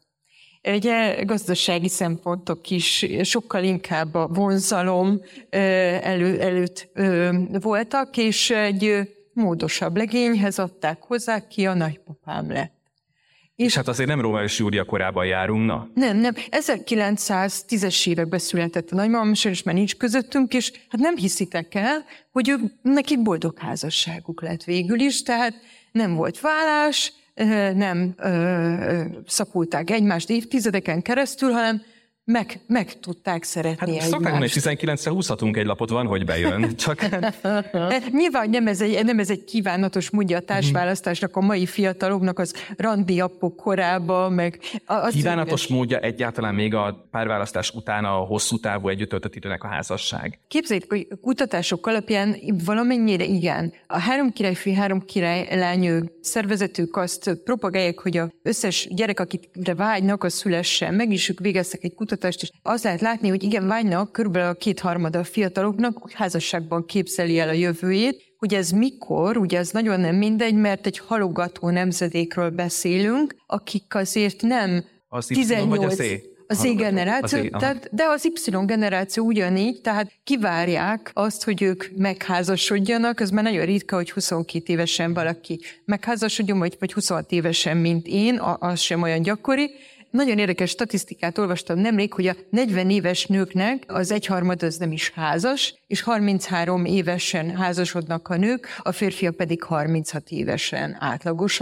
Ugye gazdasági szempontok is sokkal inkább a vonzalom elő, előtt voltak, és egy módosabb legényhez adták hozzá, ki a nagypapám lett. És, és hát azért nem Rómeó és Júlia korában járunk, na? Nem, nem. ezerkilencszáztízes években született a nagymamám, és már nincs közöttünk, és hát nem hiszitek el, hogy ők, nekik boldog házasságuk lett végül is, tehát nem volt vállás, nem ö, ö, szapulták egymást évtizedeken keresztül, hanem meg, meg tudták szeretni hát egymást. Szokták mondani, tizenkilencre húzhatunk egy lapot, van, hogy bejön. Csak... Nyilván nem ez, egy, nem ez egy kívánatos módja a társválasztásnak a mai fiataloknak, az randi appok korában, meg... Az kívánatos ügyes. Módja egyáltalán még a párválasztás után a hosszú távú együtt töltött időnek a házasság. Képzeljétek, hogy kutatások alapján valamennyire igen. A három királyfi, három királylány szervezetük azt propagálják, hogy az összes gyerek, akikre vágynak, az szülessen. Meg is ők végeztek egy kutatást, és azt lehet látni, hogy igen, vágynak körülbelül a kétharmada a fiataloknak, hogy házasságban képzeli el a jövőjét, hogy ez mikor, ugye ez nagyon nem mindegy, mert egy halogató nemzedékről beszélünk, akik azért nem az tizennyolc... az Az Z-generáció, az tehát, de az Y-generáció ugyanígy, tehát kivárják azt, hogy ők megházasodjanak, ez már nagyon ritka, hogy huszonkét évesen valaki megházasodjon, vagy, vagy huszonhat évesen, mint én, az sem olyan gyakori. Nagyon érdekes statisztikát olvastam nemrég, hogy a negyven éves nőknek az egyharmad az nem is házas, és harminchárom évesen házasodnak a nők, a férfiak pedig harminchat évesen átlagosan.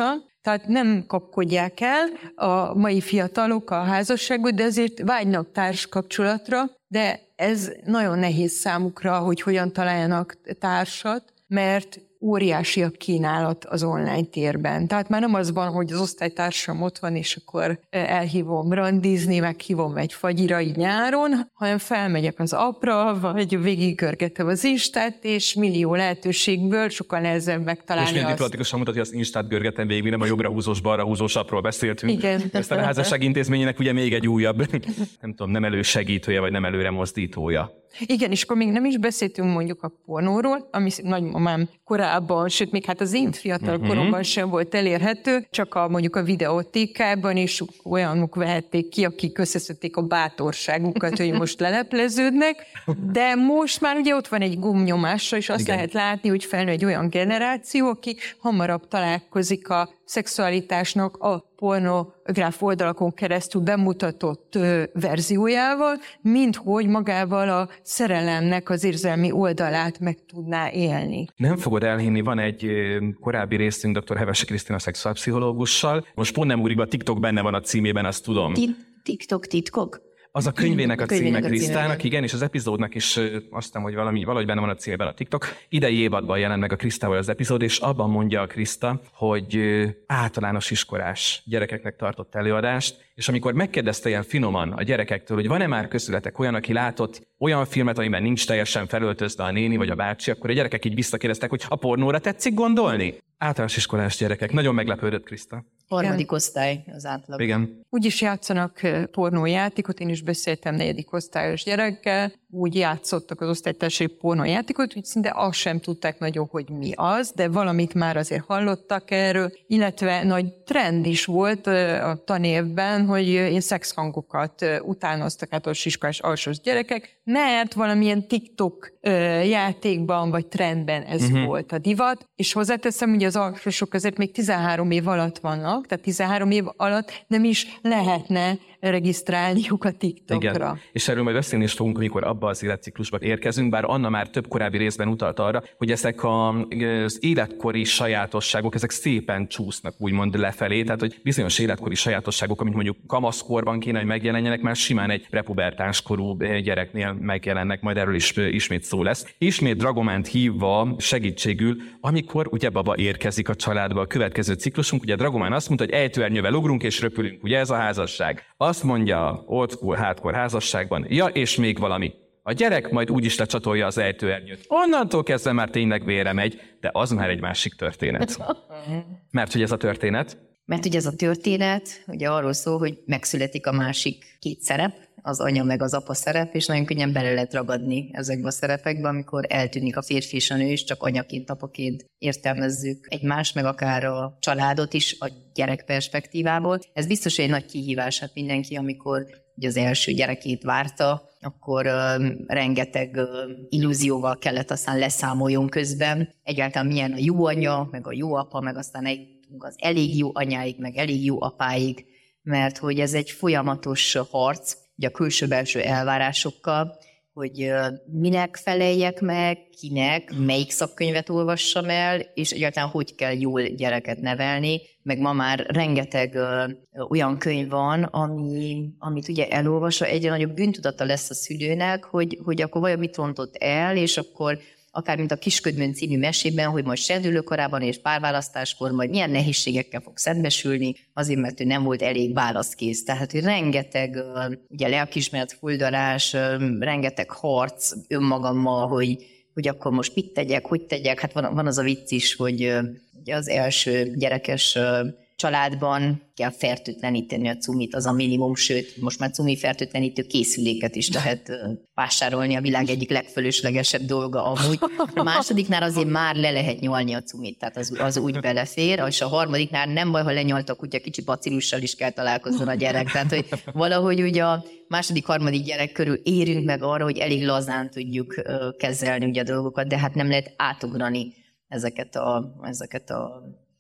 Tehát nem kapkodják el a mai fiatalok a házasságot, de azért vágynak társkapcsolatra, de ez nagyon nehéz számukra, hogy hogyan találjanak társat, mert óriási a kínálat az online térben. Tehát már nem az van, hogy az osztálytársam ott van, és akkor elhívom randizni, meghívom egy fagyira így nyáron, hanem felmegyek az appra, vagy végigkörgetem az Instát, és millió lehetőségből sokkal nehezebb megtalálni. És milyen azt. diplomatikusan mutatja, hogy az Instát görgetem végig, nem a jobbra húzós, balra húzós appról beszéltünk. Igen. Aztán a házasság intézményének ugye még egy újabb, nem tudom, nem elősegítője, vagy nem előre mozdítója. Igen, és akkor még nem is beszéltünk mondjuk a pornóról, ami nagymamám korábban, sőt, még hát az én fiatal uh-huh. koromban sem volt elérhető, csak a, mondjuk a videótékában, és olyanok vehették ki, akik összeszedték a bátorságukat, hogy most lelepleződnek, de most már ugye ott van egy gombnyomása, és azt Igen. lehet látni, hogy felnő egy olyan generáció, aki hamarabb találkozik a szexualitásnak a pornográf oldalakon keresztül bemutatott ö, verziójával, mint hogy magával a szerelemnek az érzelmi oldalát meg tudná élni. Nem fogod elhinni, van egy korábbi részünk dr. Hevesi Krisztina szexuálpszichológussal. Most pont nem úrik be, a TikTok benne van a címében, azt tudom. TikTok titkok? Az a könyvének a, a címe Krisztának, címe. Igen, és az epizódnak is azt hiszem, hogy valami, valahogy benne van a címében a TikTok. Idei évadban jelent meg a Krisztával az epizód, és abban mondja a Kriszta, hogy általános iskolás gyerekeknek tartott előadást, és amikor megkérdezte ilyen finoman a gyerekektől, hogy van-e már közületek olyan, aki látott olyan filmet, amiben nincs teljesen felöltözve a néni vagy a bácsi, akkor a gyerekek így visszakérdeztek, hogy a pornóra tetszik gondolni? Általános iskolás gyerekek. Nagyon meglepődött Kriszta. Harmadik osztály az átlag. Igen. Úgy is játszanak pornójátékot, én is beszéltem negyedik osztályos gyerekkel, úgy játszottak az osztálytársai pornójátékot, hogy szinte azt sem tudták nagyon, hogy mi az, de valamit már azért hallottak erről, illetve nagy trend is volt a tanévben, hogy én szexhangokat utánoztak általános iskolás alsós gyerekek, mert valamilyen TikTok játékban vagy trendben ez uh-huh. volt a divat, és hozzáteszem, hogy az alsósok azért még tizenhárom év alatt vannak, tehát tizenhárom év alatt nem is lehetne regisztrálniuk a TikTokra. Igen. És erről majd beszélni is fogunk, amikor abba az életciklusba érkezünk, bár Anna már több korábbi részben utalt arra, hogy ezek a, az életkori sajátosságok, ezek szépen csúsznak úgymond lefelé, tehát hogy bizonyos életkori sajátosságok, amit mondjuk kamaszkorban kéne, hogy megjelenjenek, már simán egy prepubertánskorú gyereknél megjelennek, majd erről is ismét szó lesz. Ismét Dragománt hívva segítségül, amikor ugye baba érkezik a családba a következő ciklusunk, ugye Dragomán azt mondta, hogy ejtőernyővel ugrunk és röpülünk, ugye ez a házasság. Azt mondja old school, hardcore házasságban, ja, és még valami. A gyerek majd úgyis lecsatolja az ejtőernyőt. Onnantól kezdve már tényleg vére megy, de az már egy másik történet. Mert hogy ez a történet? Mert ugye ez a történet ugye arról szól, hogy megszületik a másik két szerep, az anya meg az apa szerep, és nagyon könnyen bele lehet ragadni ezekbe a szerepekbe, amikor eltűnik a férfi és a nő, és csak anyaként, apaként értelmezzük egymást, meg akár a családot is a gyerek perspektívából. Ez biztos egy nagy kihívás, hát mindenki, amikor ugye az első gyerekét várta, akkor uh, rengeteg uh, illúzióval kellett aztán leszámoljon közben. Egyáltalán milyen a jó anya, meg a jó apa, meg aztán egy az elég jó anyáig, meg elég jó apáig, mert hogy ez egy folyamatos harc, ugye a külső-belső elvárásokkal, hogy minek feleljek meg, kinek, melyik szakkönyvet olvassam el, és egyáltalán hogy kell jól gyereket nevelni, meg ma már rengeteg ö, olyan könyv van, ami, amit ugye elolvasva egyre nagyobb bűntudata lesz a szülőnek, hogy, hogy akkor vajon mit rontott el, és akkor akár mint a Kisködmön című mesében, hogy majd serdülőkorában és párválasztáskor majd milyen nehézségekkel fog szembesülni, azért, mert ő nem volt elég válaszkész. Tehát, hogy rengeteg ugye, lelkiismeret furdalás, rengeteg harc önmagammal, hogy, hogy akkor most mit tegyek, hogy tegyek. Hát van, van az a vicc is, hogy ugye az első gyerekes családban kell fertőtleníteni a cumit, az a minimum, sőt, most már cumi fertőtlenítő készüléket is lehet vásárolni, a világ egyik legfölöslegesebb dolga amúgy. A másodiknál azért már le lehet nyalni a cumit, tehát az, az úgy belefér, és a harmadiknál nem baj, ha lenyalt a kutya, kicsi bacillussal is kell találkozzon a gyerek. Tehát, hogy valahogy ugye a második, harmadik gyerek körül érünk meg arra, hogy elég lazán tudjuk kezelni ugye a dolgokat, de hát nem lehet átugrani ezeket a, ezeket a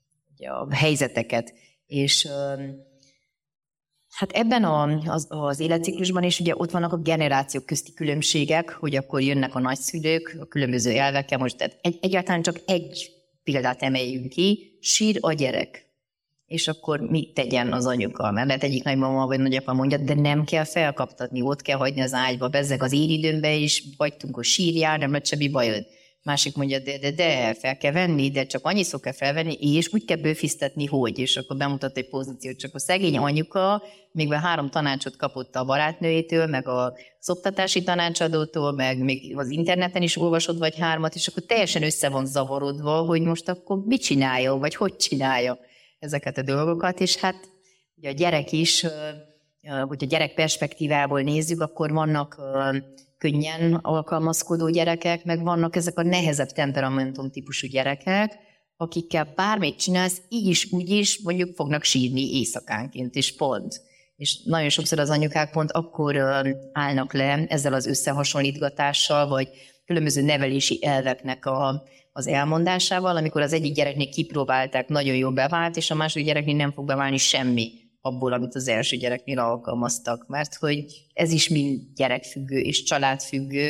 a helyzeteket, és hát ebben a, az, az életciklusban is ugye ott vannak a generációk közti különbségek, hogy akkor jönnek a nagyszülők, a különböző elvekkel, most tehát egy, egyáltalán csak egy példát emeljünk ki, sír a gyerek. és akkor mit tegyen az anyuka? Mert lehet egyik nagymama vagy nagyapa mondja, de nem kell felkaptatni, ott kell hagyni az ágyba, bezzeg az én időmben is, vagytunk, hogy sírjál, nem lett semmi bajod. Másik mondja, de, de, de fel kell venni, de csak annyiszor kell felvenni, és úgy kell bőfisztetni, hogy, és akkor bemutat egy pozíciót, csak a szegény anyuka, még három tanácsot kapott a barátnőjétől, meg az oktatási tanácsadótól, meg még az interneten is olvasod vagy hármat, és akkor teljesen össze van zavarodva, hogy most akkor mit csinálja, vagy hogy csinálja ezeket a dolgokat, és hát ugye a gyerek is, hogy a gyerek perspektívából nézzük, akkor vannak könnyen alkalmazkodó gyerekek, meg vannak ezek a nehezebb temperamentum típusú gyerekek, akikkel bármit csinálsz, így is, úgy is, mondjuk fognak sírni éjszakánként, és pont. És nagyon sokszor az anyukák pont akkor állnak le ezzel az összehasonlítgatással, vagy különböző nevelési elveknek a, az elmondásával, amikor az egyik gyereknél kipróbálták, nagyon jól bevált, és a második gyereknél nem fog beválni semmi abból, amit az első gyereknél alkalmaztak, mert hogy ez is mind gyerekfüggő és családfüggő,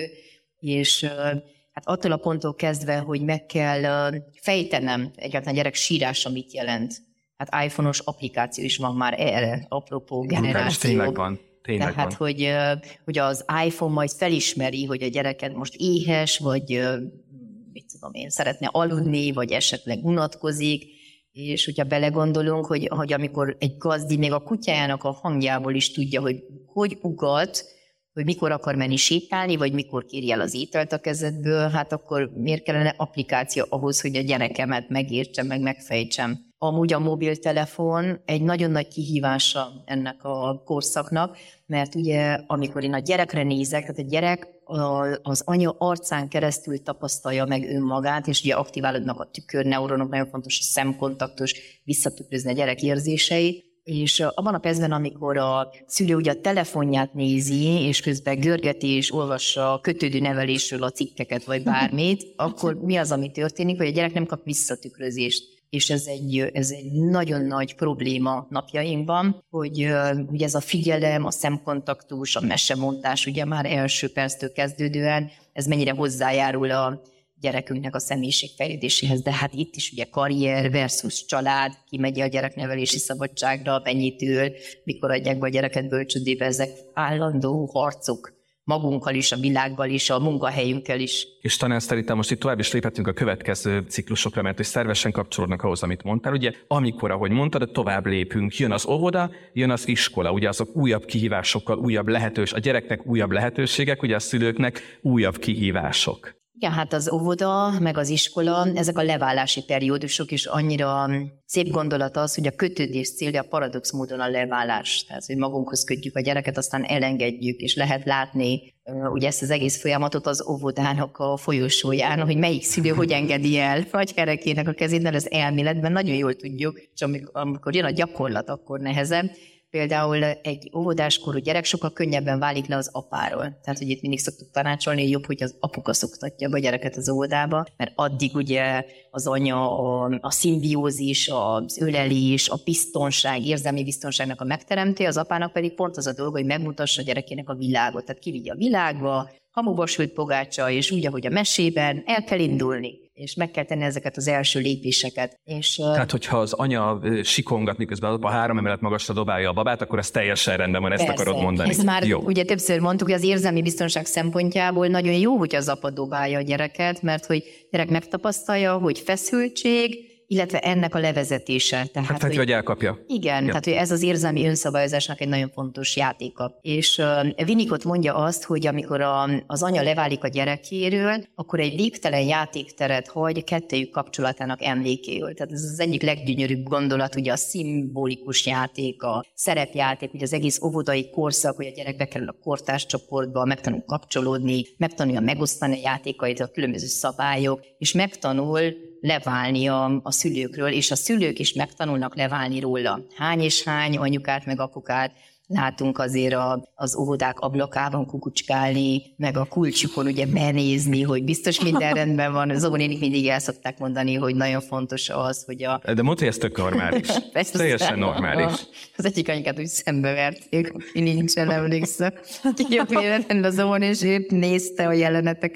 és hát attól a ponttól kezdve, hogy meg kell fejtenem egyáltalán a gyerek sírása mit jelent. Hát iPhone-os applikáció is van már erre, apropó generáció. Tényleg van. Tényleg Tehát, van. Hogy, hogy az iPhone majd felismeri, hogy a gyereket most éhes, vagy mit tudom én, szeretne aludni, vagy esetleg unatkozik, és hogyha belegondolunk, hogy, hogy amikor egy gazdi még a kutyájának a hangjából is tudja, hogy hogy ugat, hogy mikor akar menni sétálni, vagy mikor kéri el az ételt a kezedből, hát akkor miért kellene applikáció ahhoz, hogy a gyerekemet megértsem, meg megfejtsem. Amúgy a mobiltelefon egy nagyon nagy kihívása ennek a korszaknak, mert ugye amikor én a gyerekre nézek, tehát a gyerek az anya arcán keresztül tapasztalja meg önmagát, és ugye aktiválódnak a tükörneuronok, nagyon fontos a szemkontaktus, visszatükrözni a gyerek érzéseit, és abban a percben, amikor a szülő ugye a telefonját nézi, és közben görgeti és olvassa a kötődő nevelésről a cikkeket, vagy bármit, akkor mi az, ami történik, hogy a gyerek nem kap visszatükrözést. És ez egy, ez egy nagyon nagy probléma napjainkban, hogy, hogy ez a figyelem, a szemkontaktus, a mesemondás, ugye már első perctől kezdődően, ez mennyire hozzájárul a gyerekünknek a személyiségfejlődéséhez, de hát itt is ugye karrier versus család, ki megy a gyereknevelési szabadságra, mennyit ül, mikor adják be a gyereket bölcsődébe, ezek állandó harcok magunkkal is, a világgal is, a munkahelyünkkel is. És talán szerintem most itt tovább is léphetünk a következő ciklusokra, mert hogy szervesen kapcsolódnak ahhoz, amit mondtál. Ugye, amikor, ahogy mondtad, tovább lépünk, jön az óvoda, jön az iskola, ugye azok újabb kihívásokkal, újabb lehetős, a gyereknek újabb lehetőségek, ugye a szülőknek újabb kihívások. Igen, hát az óvoda, meg az iskola, ezek a leválási periódusok is annyira szép gondolat az, hogy a kötődés célja paradox módon a leválás. Tehát, hogy magunkhoz kötjük a gyereket, aztán elengedjük, és lehet látni ugye ezt az egész folyamatot az óvodának a folyosóján, hogy melyik szülő hogy engedi el a gyerekének a kezét, mert az elméletben nagyon jól tudjuk, és amikor jön a gyakorlat, akkor nehezebb. Például egy óvodáskorú gyerek sokkal könnyebben válik le az apáról. Tehát, hogy itt mindig szoktuk tanácsolni, hogy jobb, hogy az apuka szoktatja be a gyereket az óvodába, mert addig ugye az anya a, a szimbiózis, az ölelés, a biztonság, érzelmi biztonságnak a megteremté, az apának pedig pont az a dolga, hogy megmutassa a gyerekének a világot. Tehát kivigye a világba, hamuba sült pogácsa, és úgy, ahogy a mesében, el kell indulni, és meg kell tenni ezeket az első lépéseket. És, Tehát, hogyha az anya sikongat, miközben a három emelet magasra dobálja a babát, akkor ez teljesen rendben van, ezt persze, akarod mondani. Ez már jó. Ugye többször mondtuk, hogy az érzelmi biztonság szempontjából nagyon jó, hogy az apa dobálja a gyereket, mert hogy a gyerek megtapasztalja, hogy feszültség, illetve ennek a levezetése. Tehát, hát, hogy, hogy elkapja. Igen, ja. Tehát hogy ez az érzelmi önszabályozásnak egy nagyon fontos játéka. És uh, Winnicott mondja azt, hogy amikor a, az anya leválik a gyerekéről, akkor egy végtelen játékteret hagy kettőjük kapcsolatának emlékéül. Tehát ez az egyik leggyönyörűbb gondolat, ugye a szimbolikus játék, a szerepjáték, ugye az egész óvodai korszak, hogy a gyerek bekerül a kortárs csoportba, megtanul kapcsolódni, megtanulja megosztani a játékait, a különböző szabályok, és megtanul leválni a, a szülőkről, és a szülők is megtanulnak leválni róla. Hány és hány anyukát meg apukát látunk azért a, az óvodák ablakában kukucskálni, meg a kulcsukon ugye benézni, hogy biztos minden rendben van. Az óvonénik mindig el szokták mondani, hogy nagyon fontos az, hogy a... De mondta, hogy ez tök normális. Teljesen normális. Az egyik anyukát úgy szembeverték, én nincsen emlékszem. Kijött véletlenül az óvon, és épp nézte a jeleneteken.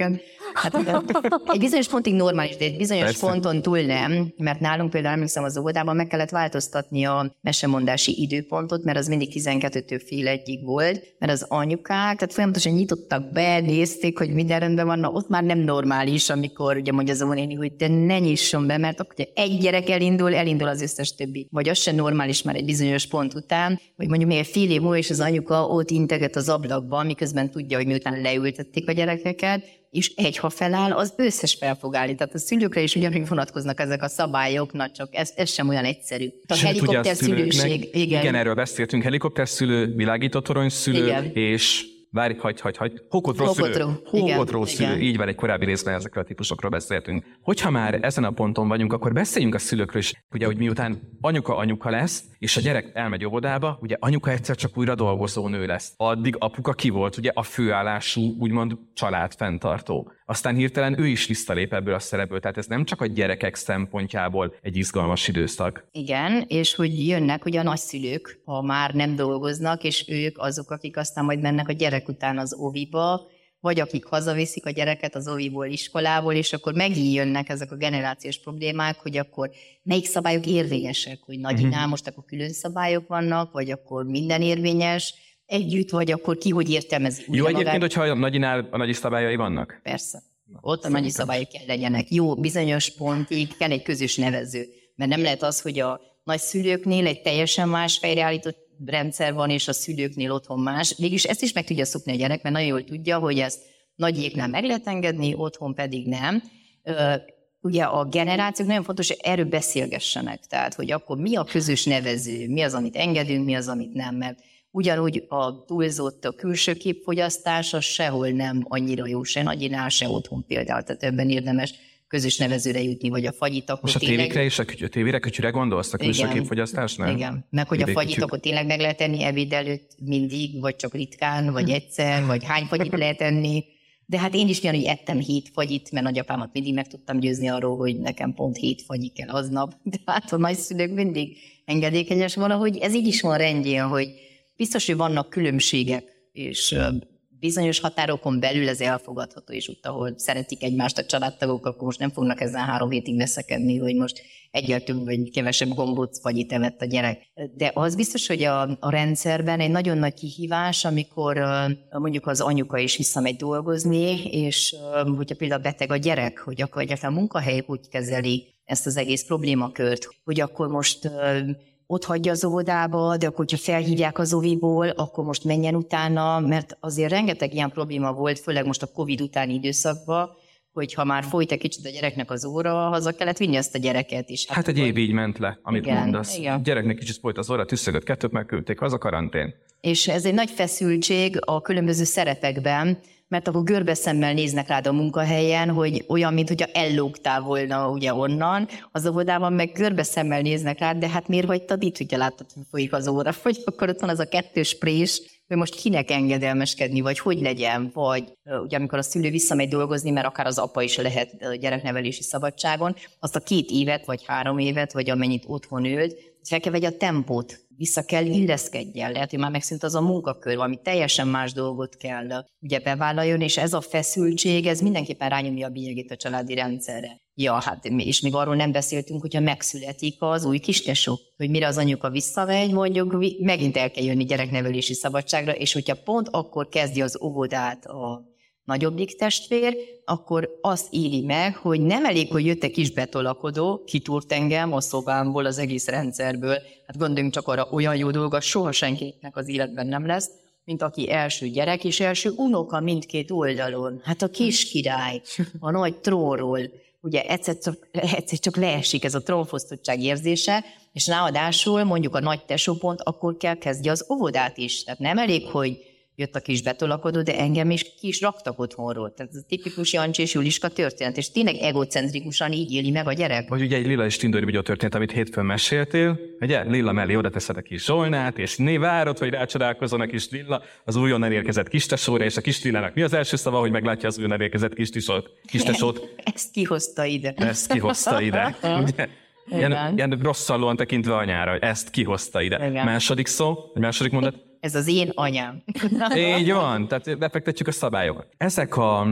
Hát, egy bizonyos pontig normális, de egy bizonyos Persze. ponton túl nem, mert nálunk például emlékszem az óvodában meg kellett változtatni a mesemondási időpontot, mert az mindig tizenkettőtől fél egyig volt, mert az anyukák, tehát folyamatosan nyitottak be, nézték, hogy minden rendben van, na, ott már nem normális, amikor ugye mondja az óvónéni, hogy de ne nyisson be, mert akkor ugye egy gyerek elindul, elindul az összes többi. Vagy az sem normális már egy bizonyos pont után, vagy mondjuk még fél év múlva, és az anyuka ott integet az ablakban, miközben tudja, hogy miután leültették a gyerekeket, és egy, ha feláll, az összes fel fog állni. Tehát a szülőkre is ugyanúgy vonatkoznak ezek a szabályok, na csak ez, ez sem olyan egyszerű. A helikopterszülőség. Igen. igen, erről beszéltünk. Helikopterszülő, világított toronyszülő, igen. és várj, hagy, hagy, hagy. Hókotró szülő. Hókotró szülő. Így van, egy korábbi részben ezekről a típusokról beszéltünk. Hogyha már ezen a ponton vagyunk, akkor beszéljünk a szülőkről is. Ugye, hogy miután anyuka anyuka lesz, és a gyerek elmegy óvodába, ugye anyuka egyszer csak újra dolgozó nő lesz. Addig apuka ki volt, ugye a főállású, úgymond családfenntartó. Aztán hirtelen ő is visszalép ebből a szerepből, tehát ez nem csak a gyerekek szempontjából egy izgalmas időszak. Igen, és hogy jönnek ugye a nagyszülők, ha már nem dolgoznak, és ők azok, akik aztán majd mennek a gyerek után az óviba, vagy akik hazaviszik a gyereket az óviból, iskolából, és akkor megint jönnek ezek a generációs problémák, hogy akkor melyik szabályok érvényesek, hogy nagyinál most akkor külön szabályok vannak, vagy akkor minden érvényes együtt, vagy akkor ki hogy értelmezi. Jó egyébként, magát. Hogyha a nagyinál a nagyi szabályai vannak? Persze. Ott a nagyi szabályok kell legyenek. Jó, bizonyos pontig kell egy közös nevező. Mert nem lehet az, hogy a nagyszülőknél egy teljesen más fejreállított rendszer van, és a szülőknél otthon más. Mégis ezt is meg tudja szokni a gyerek, mert nagyon jól tudja, hogy ezt nagyéknál meg lehet engedni, otthon pedig nem. Ugye a generációk nagyon fontos, hogy erről beszélgessenek. Tehát, hogy akkor mi a közös nevező, mi az, amit engedünk, mi az, amit nem, mert ugyanúgy a túlzott a külső képfogyasztás, az sehol nem annyira jó, se nagyinál, se otthon például. Tehát ebben érdemes közös nevezőre jutni, vagy a fagyit, akkor most a tévékre és a tévére, kötyűre gondolsz a külső képfogyasztásnál? Igen, meg hogy Tévé a fagyit akkor tényleg meg lehet enni ebéd előtt mindig, vagy csak ritkán, vagy egyszer, vagy hány fagyit lehet enni. De hát én is ugyanúgy ettem hét fagyit, mert nagyapámat mindig meg tudtam győzni arról, hogy nekem pont hét fagyi kell aznap. De hát a nagyszülők mindig engedékenyes valahogy. Ez így is van rendjén, hogy biztos, hogy vannak különbségek, és bizonyos határokon belül ez elfogadható, és ott, ahol szeretik egymást a családtagok, akkor most nem fognak ezzel három hétig veszekedni, hogy most egyel több vagy kevesebb gombóc fagyit evett a gyerek. De az biztos, hogy a, a rendszerben egy nagyon nagy kihívás, amikor mondjuk az anyuka is visszamegy dolgozni, és hogyha például beteg a gyerek, hogy akkor egyáltalán a munkahely úgy kezeli ezt az egész problémakört, hogy akkor most ott hagyja az óvodába, de akkor, hogyha felhívják az óviból, akkor most menjen utána, mert azért rengeteg ilyen probléma volt, főleg most a Covid utáni időszakban, hogy ha már folyt egy kicsit a gyereknek az óra, haza kellett vinni azt a gyereket is. Hát, hát egy év így ment le, amit igen, mondasz. Igen. A gyereknek kicsit folyt az óra, tüsszögött, kettőt megküldték, haza karantén. És ez egy nagy feszültség a különböző szerepekben, mert akkor görbeszemmel néznek rád a munkahelyen, hogy olyan, mint hogyha ellógtál volna ugye onnan, az óvodában meg görbeszemmel néznek rád, de hát miért hagytad itt, hogyha láttad, hogy folyik az óra, vagy akkor ott van az a kettős prés, hogy most kinek engedelmeskedni, vagy hogy legyen, vagy ugye amikor a szülő visszamegy dolgozni, mert akár az apa is lehet gyereknevelési szabadságon, azt a két évet, vagy három évet, vagy amennyit otthon ült, fel kell vegye a tempót, vissza kell illeszkedjen, lehet, hogy már megszűnt az a munkakör, valami teljesen más dolgot kell ugye bevállaljon, és ez a feszültség, ez mindenképpen rányomja a bélyegét a családi rendszerre. Ja, hát és még arról nem beszéltünk, hogyha megszületik az új kistesó, hogy mire az anyuka visszamegy, mondjuk megint el kell jönni gyereknevelési szabadságra, és hogyha pont akkor kezdi az óvodát a nagyobbik testvér, akkor azt éli meg, hogy nem elég, hogy jött egy kis betolakodó, kitúrt engem a szobámból, az egész rendszerből. Hát gondoljunk csak arra, olyan jó dolga soha senkinek az életben nem lesz, mint aki első gyerek és első unoka mindkét oldalon. Hát a kis király, a nagy trónról, ugye egyszer csak, egyszer csak leesik ez a trónfosztottság érzése, és ráadásul mondjuk a nagy tesópont akkor kell kezdje az óvodát is. Tehát nem elég, hogy jött a kis betolakodó, de engem is ki is raktak otthonról. Tehát ez a tipikus Jancsi és Juliska történet, és tényleg egocentrikusan így éli meg a gyerek. Vagy ugye egy Lilla és Tindori videó történet, amit hétfőn meséltél, ugye Lilla mellé oda teszed a kis Zsolnát, és né várod, hogy rácsodálkozzon a kis Lilla az újonnan érkezett kistesóra, és a kis Lillának mi az első szava, hogy meglátja az újonnan érkezett kistesót? Ezt kihozta ide. Ezt kihozta ide. Ugye? Ilyen, ilyen rosszallóan tekintve anyára, hogy ezt kihozta ide. Igen. Második szó, vagy második mondat? Ez az én anyám. Így van, tehát befektetjük a szabályokat. Ezek a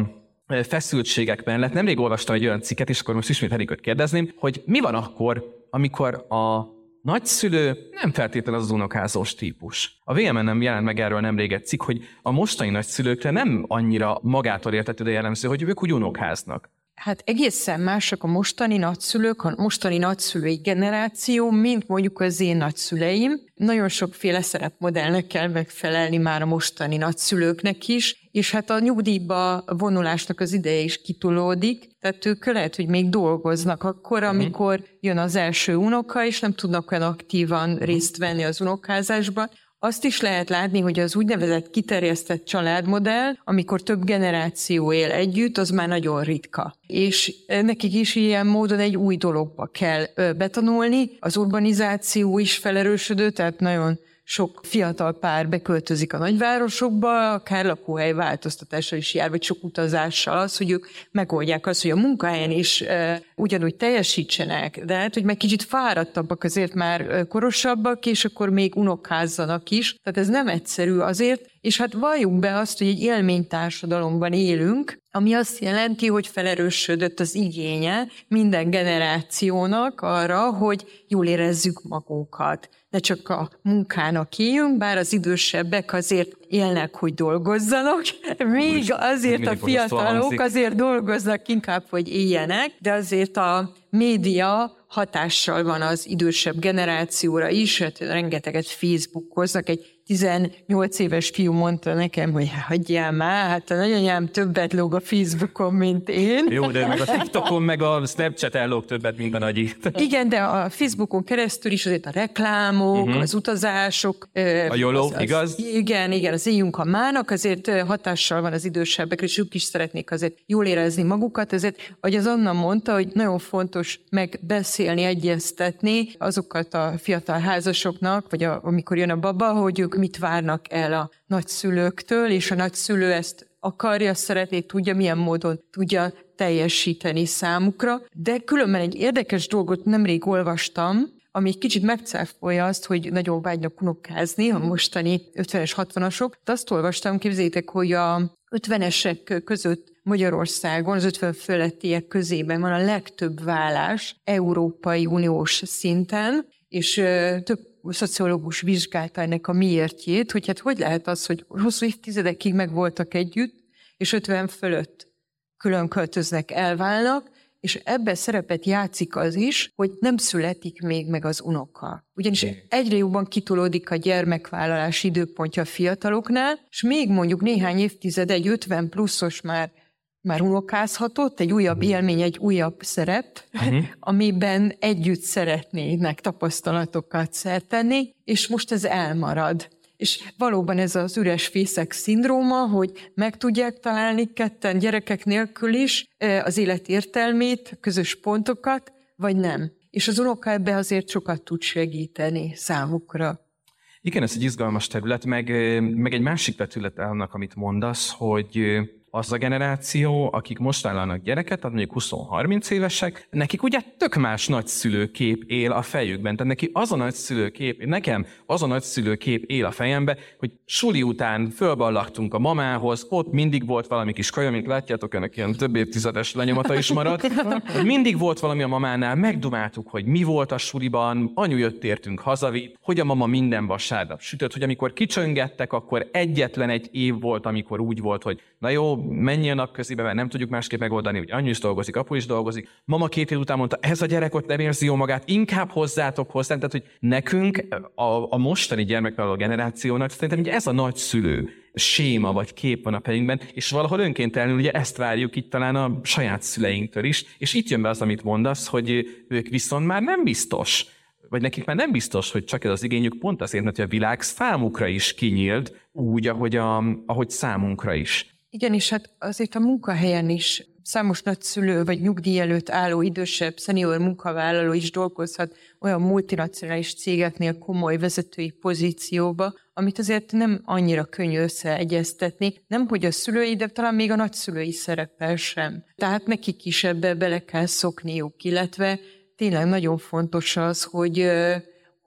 feszültségek mellett nemrég olvastam egy olyan cikket, és akkor most ismét Erikőt kérdezném, hogy mi van akkor, amikor a nagyszülő nem feltétlenül az unokázós típus. A vé em en-en jelent meg erről nemrég egy cikk, hogy a mostani nagyszülőkre nem annyira magától értetődő jellemző, hogy ők úgy unokáznak. Hát egészen másak a mostani nagyszülők, a mostani nagyszülői generáció, mint mondjuk az én nagyszüleim. Nagyon sokféle szerepmodellnek kell megfelelni már a mostani nagyszülőknek is, és hát a nyugdíjba vonulásnak az ideje is kitolódik, tehát ők lehet, hogy még dolgoznak akkor, amikor jön az első unoka, és nem tudnak olyan aktívan részt venni az unokázásban. Azt is lehet látni, hogy az úgynevezett kiterjesztett családmodell, amikor több generáció él együtt, az már nagyon ritka. És nekik is ilyen módon egy új dologba kell betanulni. Az urbanizáció is felerősödő, tehát nagyon sok fiatal pár beköltözik a nagyvárosokba, akár lakóhely változtatással is jár, vagy sok utazással az, hogy ők megoldják azt, hogy a munkahelyen is e, ugyanúgy teljesítsenek, de hát, hogy meg kicsit fáradtabbak azért már korosabbak, és akkor még unokázzanak is. Tehát ez nem egyszerű azért, és hát valljuk be azt, hogy egy élménytársadalomban élünk, ami azt jelenti, hogy felerősödött az igénye minden generációnak arra, hogy jól érezzük magunkat. Ne csak a munkának éljünk, bár az idősebbek azért élnek, hogy dolgozzanak, még azért a fiatalok azért dolgoznak inkább, hogy éljenek, de azért a média hatással van az idősebb generációra is, hát rengeteget Facebookoznak. Egy tizennyolc éves fiú mondta nekem, hogy hagyjál már, hát a nagyanyám többet lóg a Facebookon, mint én. Jó, de meg a TikTokon, meg a Snapchaten lóg többet, mint a nagyi. Igen, de a Facebookon keresztül is azért a reklámok, uh-huh. az utazások. A YOLO, az, az, igaz? Igen, igen, az éljünk a mának, azért hatással van az idősebbekre, és ők is szeretnék azért jól érezni magukat, ezért, ahogy az Anna mondta, hogy nagyon fontos megbeszélni, egyeztetni azokat a fiatal házasoknak, vagy a, amikor jön a baba, hogy ők mit várnak el a nagyszülőktől, és a nagyszülő ezt akarja, szeretné, tudja, milyen módon tudja teljesíteni számukra. De különben egy érdekes dolgot nemrég olvastam, ami egy kicsit megcáfolja azt, hogy nagyon vágynak unokázni a mostani ötvenes, hatvanasok. De azt olvastam, képzeljétek, hogy a ötvenesek között Magyarországon, az ötven fölöttiek közében van a legtöbb vállás Európai Uniós szinten, és több szociológus vizsgálta ennek a miértjét, hogy hát hogy lehet az, hogy hosszú évtizedekig meg voltak együtt, és ötven fölött külön költöznek, elválnak, és ebben szerepet játszik az is, hogy nem születik még meg az unoka. Ugyanis egyre jobban kitolódik a gyermekvállalási időpontja a fiataloknál, és még mondjuk néhány évtized, egy ötven pluszos már már unokázhatott, egy újabb élmény, egy újabb szerep, uh-huh. amiben együtt szeretnének tapasztalatokat szertenni, és most ez elmarad. És valóban ez az üres fészek szindróma, hogy meg tudják találni ketten gyerekek nélkül is az élet értelmét, közös pontokat, vagy nem. És az unoka ebbe azért sokat tud segíteni számukra. Igen, ez egy izgalmas terület, meg, meg egy másik vetület annak, amit mondasz, hogy az a generáció, akik most vállalnak gyereket, tehát mondjuk húsz-harminc évesek, nekik ugye tök más nagyszülőkép él a fejükben. Tehát neki az a nagyszülőkép, nekem az a nagyszülőkép él a fejembe, hogy suli után fölballagtunk a mamához, ott mindig volt valami kis kaja, mint látjátok, ennek ilyen több évtizedes lenyomata is maradt. Mindig volt valami a mamánál, megdumáltuk, hogy mi volt a suliban, anyu jött, értünk hazavitt, hogy a mama minden vasárnap sütött, hogy amikor kicsöngettek, akkor egyetlen egy év volt, amikor úgy volt, hogy na jó, mennyi a napközibe, mert nem tudjuk másképp megoldani, hogy anyu is dolgozik, apu is dolgozik. Mama két év után mondta, ez a gyerek ott nem érzi jó magát, inkább hozzátok hozzá. Tehát, hogy nekünk, a, a mostani gyermekvállaló generációnak szerintem ugye ez a nagyszülő séma vagy kép van a fejünkben, és valahol önkéntelenül ugye ezt várjuk itt talán a saját szüleinktől is, és itt jön be az, amit mondasz, hogy ők viszont már nem biztos, vagy nekik már nem biztos, hogy csak ez az igényük pont azért, mert a világ számukra is kinyílt, úgy, ahogy, a, ahogy számunkra is. Igen, és hát azért a munkahelyen is számos nagyszülő vagy nyugdíj előtt álló idősebb szenior munkavállaló is dolgozhat olyan multinacionális cégeknél komoly vezetői pozícióba, amit azért nem annyira könnyű összeegyeztetni, nemhogy a szülői, de talán még a nagyszülői szereppel sem. Tehát nekik is ebbe bele kell szokniuk, illetve tényleg nagyon fontos az, hogy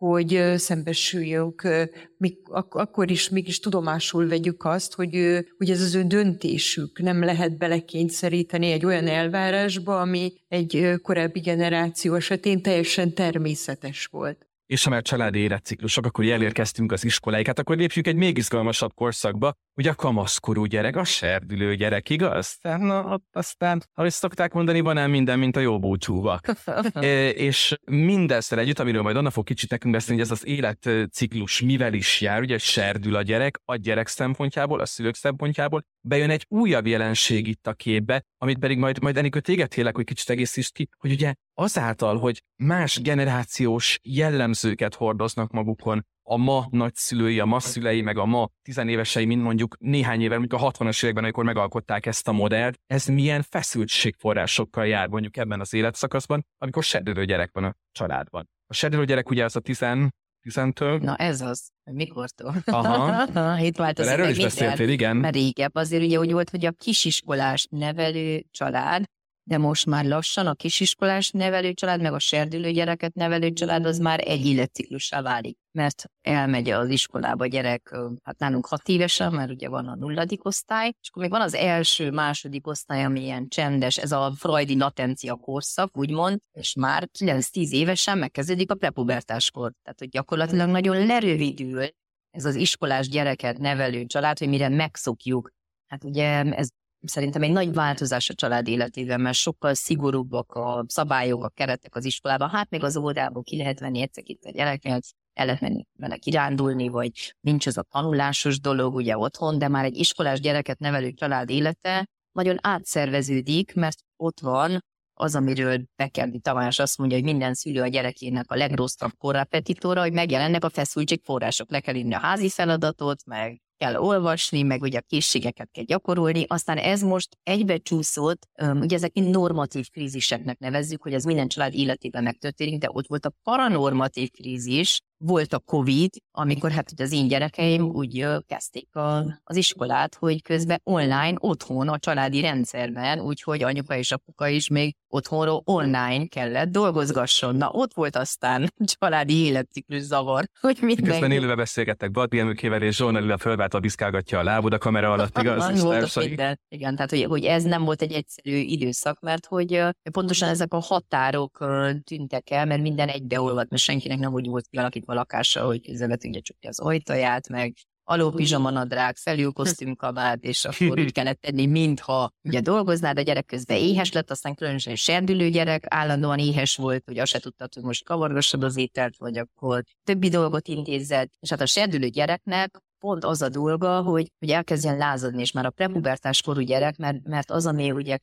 hogy szembesüljünk, még, ak- akkor is mégis tudomásul vegyük azt, hogy, hogy ez az ő döntésük, nem lehet belekényszeríteni egy olyan elvárásba, ami egy korábbi generáció esetén teljesen természetes volt. És ha már családi életciklusok, akkor elérkeztünk az iskoláig, hát akkor lépjük egy még izgalmasabb korszakba, ugye a kamaszkorú gyerek, a serdülő gyerek, igaz? Na, ott aztán, ahogy szokták mondani, van ám minden, mint a jó búcsúva. e, és mindezzel együtt, amiről majd Anna fog kicsit nekünk beszélni, hogy ez az életciklus mivel is jár, ugye serdül a gyerek, a gyerek szempontjából, a szülők szempontjából, bejön egy újabb jelenség itt a képbe, amit pedig majd, majd Enikő téged kérlek, hogy kicsit egészítsd ki, hogy ugye azáltal, hogy más generációs jellemzőket hordoznak magukon, a ma nagyszülői, a ma szülei, meg a ma tizenévesei, mint mondjuk néhány évvel, mondjuk a hatvanas években, amikor megalkották ezt a modellt, ez milyen feszültségforrásokkal jár mondjuk ebben az életszakaszban, amikor serdülő gyerek van a családban. A serdülő gyerek ugye az a tizen Tizentől? Na ez az, mikortól. Aha. Itt változik erről meg is beszéltél, igen. Mert régebb azért ugye úgy volt, hogy a kisiskolás nevelő család, de most már lassan a kisiskolás nevelő család, meg a serdülő gyereket nevelő család az már egy életciklussá válik. Mert elmegy az iskolába a gyerek, hát nálunk hat évesen, mert ugye van a nulladik osztály, és akkor még van az első, második osztály, ami ilyen csendes, ez a freudi latencia korszak, úgymond, és már kilenc-tíz évesen megkezdődik a prepubertáskor. Tehát, hogy gyakorlatilag nagyon lerövidül ez az iskolás gyereket nevelő család, hogy mire megszokjuk. Hát ugye ez szerintem egy nagy változás a család életében, mert sokkal szigorúbbak a szabályok, a keretek az iskolában. Hát még az óvodából ki lehet venni egyszer itt a gyereknek, el lehet menni vele kirándulni, vagy nincs az a tanulásos dolog ugye otthon, de már egy iskolás gyereket nevelő család élete nagyon átszerveződik, mert ott van az, amiről Bekerdi Tamás azt mondja, hogy minden szülő a gyerekének a legrosszabb korrepetitora, hogy megjelennek a feszültségforrások, le kell írni a házi feladatot, meg kell olvasni, meg ugye a készségeket kell gyakorolni, aztán ez most egybecsúszott, ugye ezek mind normatív kríziseknek nevezzük, hogy ez minden család életében megtörténik, de ott volt a paranormatív krízis, volt a Covid, amikor hát az én gyerekeim úgy kezdték a, az iskolát, hogy közben online, otthon, a családi rendszerben, úgyhogy anyuka és apuka is még otthonról online kellett dolgozgasson. Na, ott volt aztán családi életciklus zavar, hogy mindenki... Közben élőben beszélgettek Badbi Emőkével, és Zsolna Lila fölváltva piszkálgatja a lábud a kamera alatt, igaz? Igen, tehát hogy, hogy ez nem volt egy egyszerű időszak, mert hogy pontosan ezek a határok tűntek el, mert minden egybeolvadt, mert senkinek nem úgy volt kialakítva a lakása, hogy közben be tudja csukni az ajtaját, meg aló pizsamanadrág, felül kosztümkabát, és akkor úgy kellett tenni, mintha ugye dolgoznád, a gyerek közben éhes lett, aztán különösen serdülő gyerek, állandóan éhes volt, hogy azt se tudtad, hogy most kavargassad az ételt, vagy akkor többi dolgot intézed, és hát a serdülő gyereknek pont az a dolga, hogy, hogy elkezdjen lázadni, és már a prepubertás korú gyerek, mert, mert az, ami ugye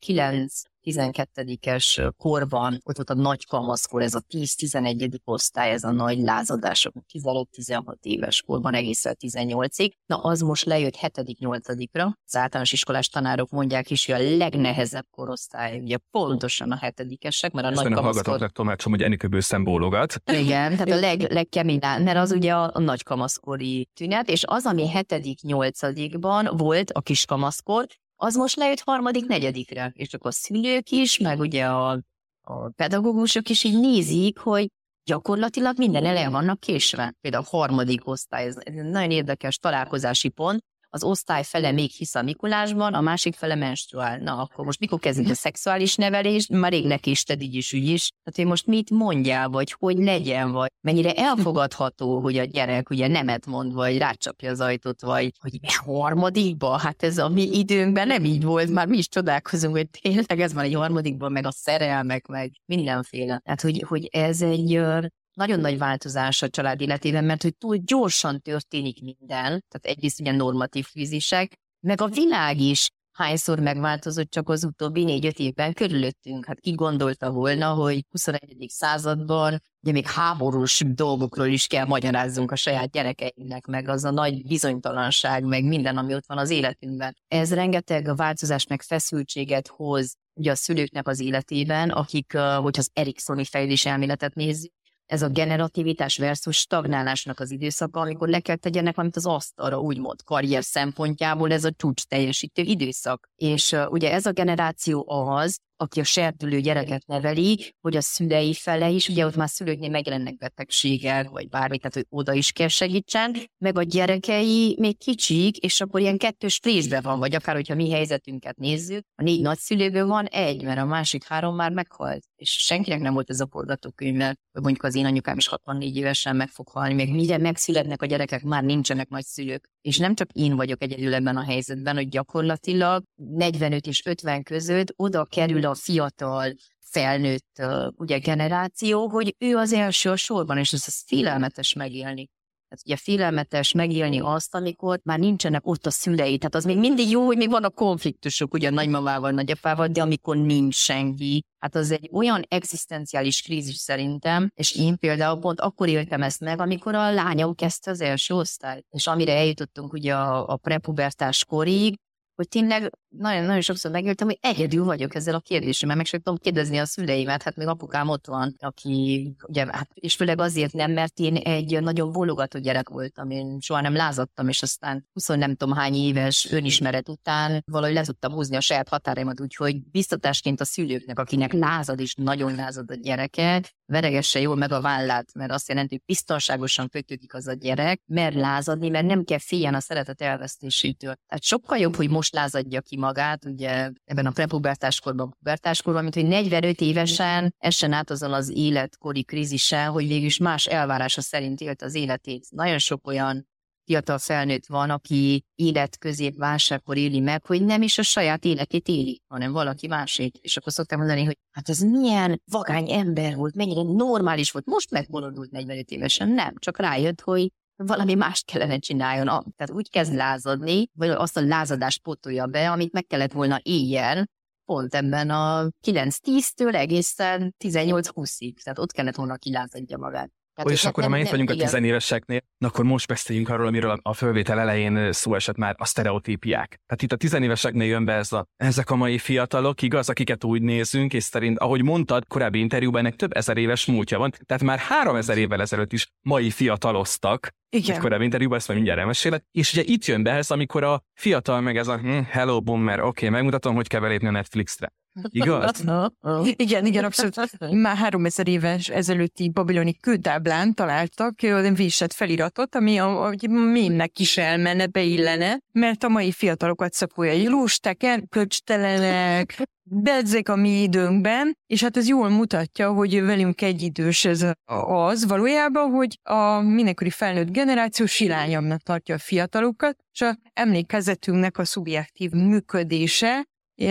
kilenc-tizenkettedikes korban, ott volt a nagy kamaszkor, ez a tíz-tizenegyedik osztály, ez a nagy lázadások, tizenöt-tizenhat éves korban egészen tizennyolcig, na az most lejött hetedik-nyolcadikra, az általános iskolás tanárok mondják is, hogy a legnehezebb korosztály, ugye pontosan a hetedikesek, mert a ezt nagy kamaszkor... Ezt hallgatóknak tomácsom, hogy Enikő bőszen bólogat. Igen, tehát a leg, legkeményebb, mert az ugye a, a nagy kamaszkori tünet, és az, ami hetedik-nyolcadikban volt a kis kamaszkor, az most lejött harmadik, negyedikre, és akkor a szülők is, meg ugye a, a pedagógusok is így nézik, hogy gyakorlatilag minden el vannak késve. Például a harmadik osztály, ez egy nagyon érdekes találkozási pont, az osztály fele még hisz a Mikulásban, a másik fele menstruál. Na, akkor most mikor kezdődik a szexuális nevelés? Már rég lekésted így is, úgy is. Tehát, hogy most mit mondjál, vagy hogy legyen, vagy mennyire elfogadható, hogy a gyerek ugye nemet mond, vagy rácsapja az ajtót, vagy hogy harmadikba? Hát ez a mi időnkben nem így volt, már mi is csodálkozunk, hogy tényleg ez már egy harmadikban, meg a szerelmek, meg mindenféle. Tehát, hogy, hogy ez egy... nagyon nagy változás a család életében, mert hogy túl gyorsan történik minden, tehát egyrészt ugye normatív krízisek, meg a világ is hányszor megváltozott csak az utóbbi négy-öt évben körülöttünk. Hát ki gondolta volna, hogy huszonegyedik században ugye még háborús dolgokról is kell magyarázzunk a saját gyerekeinknek, meg az a nagy bizonytalanság, meg minden, ami ott van az életünkben. Ez rengeteg változás meg feszültséget hoz ugye a szülőknek az életében, akik, hogyha az Eriksoni fejlődés elméletet nézzük, ez a generativitás versus stagnálásnak az időszaka, amikor le kell tegyenek valamit az asztalra, úgymond karrier szempontjából ez a csúcs teljesítő időszak. És uh, ugye ez a generáció az, aki a serdülő gyereket neveli, hogy a szülei fele is, ugye ott már szülőknél megjelennek betegségek, vagy bármi, tehát hogy oda is kell segítsen, meg a gyerekei még kicsik, és akkor ilyen kettős présben van, vagy akár, hogyha mi helyzetünket nézzük, a négy nagyszülőből van egy, mert a másik három már meghalt. És senkinek nem volt ez a forgatókönyv, mert mondjuk az én anyukám is hatvannégy évesen meg fog halni, még mire megszületnek a gyerekek, már nincsenek nagyszülők. És nem csak én vagyok egyedül ebben a helyzetben, hogy gyakorlatilag negyvenöt és ötven között oda kerül a fiatal, felnőtt ugye, generáció, hogy ő az első a sorban, és ez, ez félelmetes megélni. Tehát ugye félelmetes megélni azt, amikor már nincsenek ott a szülei. Tehát az még mindig jó, hogy még vannak konfliktusok, ugye nagymamával, nagyapával, de amikor nincs senki, hát az egy olyan egzisztenciális krízis szerintem, és én például pont akkor éltem ezt meg, amikor a lányom kezdte az első osztályt. És amire eljutottunk ugye a, a prepubertás korig, hogy tényleg nagyon-nagyon sokszor megéltem, hogy egyedül vagyok ezzel a kérdéssel, meg sem tudom kérdezni a szüleimet, hát még apukám ott van, aki, ugye, hát, és főleg azért nem, mert én egy nagyon bólogató gyerek voltam, én soha nem lázadtam, és aztán húsz nem tudom hány éves önismeret után valahogy le tudtam húzni a saját határaimat, úgyhogy biztatásként a szülőknek, akinek lázad és nagyon lázad a gyereke, veregesse jól meg a vállát, mert azt jelenti, hogy biztonságosan kötődik az a gyerek, mert lázadni, mert nem kell féljen a szeretet elvesztésétől. Tehát sokkal jobb, hogy most lázadja ki magát, ugye ebben a prepubertáskorban, pubertáskorban, mint hogy negyvenöt évesen essen át azon az életkori krízisen, hogy végülis más elvárása szerint élt az életét. Nagyon sok olyan fiatal felnőtt van, aki életközép válságkor éli meg, hogy nem is a saját életét éli, hanem valaki másét. És akkor szoktam mondani, hogy hát ez milyen vagány ember volt, mennyire normális volt, most megbolondult negyvenöt évesen. Nem, csak rájött, hogy valami mást kellene csináljon. Tehát úgy kezd lázadni, vagy azt a lázadást pótolja be, amit meg kellett volna éjjel, pont ebben a kilenc-tíztől egészen tizennyolc-húszig. Tehát ott kellett volna kilázadja magát. Tehát, és akkor, ha már itt vagyunk a tizenéveseknél, akkor most beszéljünk arról, amiről a fölvétel elején szó esett már, a sztereotípiák. Tehát itt a tizenéveseknél jön be ez a, ezek a mai fiatalok, igaz, akiket úgy nézünk, és szerint, ahogy mondtad, korábbi interjúban ennek több ezer éves múltja van, tehát már háromezer évvel ezelőtt is mai fiataloztak. Igen. Egy korábbi interjúban, ezt majd mindjárt elmesélek. És ugye itt jön be ez, amikor a fiatal meg ez a hm, hello boomer, oké, okay, megmutatom, hogy kell belépni a Netflixre. Igaz? igen, igen, abszolút. Már háromezer éves ezelőtti babiloni kőtáblán találtak vésett feliratot, ami a, a mémnek is elmenne, beillene, mert a mai fiatalokat szapolyai lusták, erkölcstelenek, bedzek a mi időnkben, és hát ez jól mutatja, hogy velünk egyidős ez az valójában, hogy a mindenkori felnőtt generáció silányabbnak tartja a fiatalokat, és a emlékezetünknek a szubjektív működése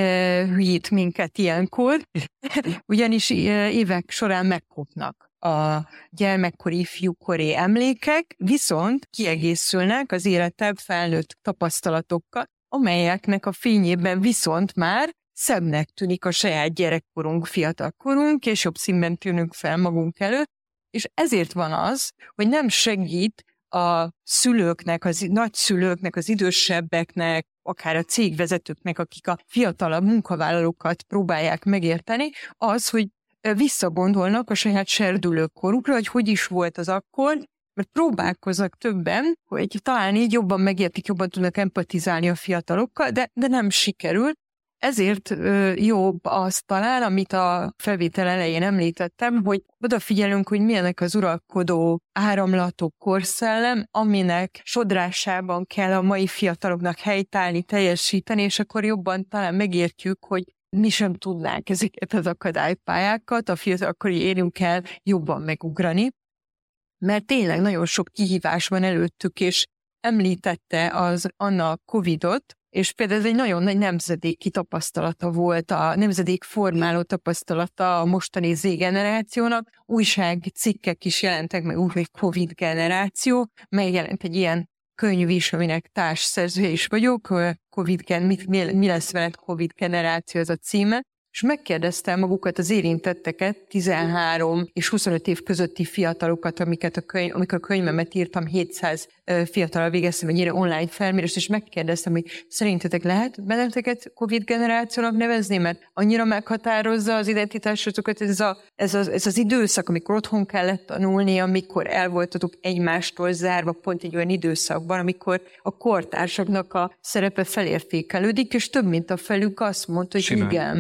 hülyít minket ilyenkor, ugyanis évek során megkopnak a gyermekkori, ifjúkori emlékek, viszont kiegészülnek az életebb felnőtt tapasztalatokkal, amelyeknek a fényében viszont már szebbnek tűnik a saját gyerekkorunk, fiatalkorunk, és jobb színben tűnünk fel magunk előtt, és ezért van az, hogy nem segít a szülőknek, az nagyszülőknek, az idősebbeknek, akár a cégvezetőknek, akik a fiatalabb munkavállalókat próbálják megérteni, az, hogy visszagondolnak a saját serdülőkorukra, hogy hogy is volt az akkor, mert próbálkoznak többen, hogy talán így jobban megértik, jobban tudnak empatizálni a fiatalokkal, de, de nem sikerül. Ezért ö, jobb az talán, amit a felvétel elején említettem, hogy odafigyelünk, hogy milyenek az uralkodó áramlatok, korszellem, aminek sodrásában kell a mai fiataloknak helytállni, teljesíteni, és akkor jobban talán megértjük, hogy mi sem tudnánk ezeket az akadálypályákat, a fiatalkori érünk el jobban megugrani, mert tényleg nagyon sok kihívás van előttük, és említette az Anna Covidot, és például ez egy nagyon nagy nemzedéki tapasztalata volt, a nemzedék formáló tapasztalata a mostani Z-generációnak. Újságcikkek is jelentek meg úgy, hogy Covid generáció, megjelent egy ilyen könyv is, aminek társszerzője is vagyok, Covid, mi, mi lesz veled Covid generáció, ez a címe, és megkérdeztem magukat az érintetteket, tizenhárom és huszonöt év közötti fiatalokat, amiket a könyv, amikor a könyvemet írtam, hétszáz fiatalal végeztem egy ilyen online felmérést, és megkérdeztem, hogy szerintetek lehet benneteket Covid generációnak nevezni, mert annyira meghatározza az identitásotokat ez, a, ez, az, ez az időszak, amikor otthon kellett tanulni, amikor el voltatok egymástól zárva pont egy olyan időszakban, amikor a kortársaknak a szerepe felértékelődik, és több mint a felük azt mondta, hogy Simán. igen, igen,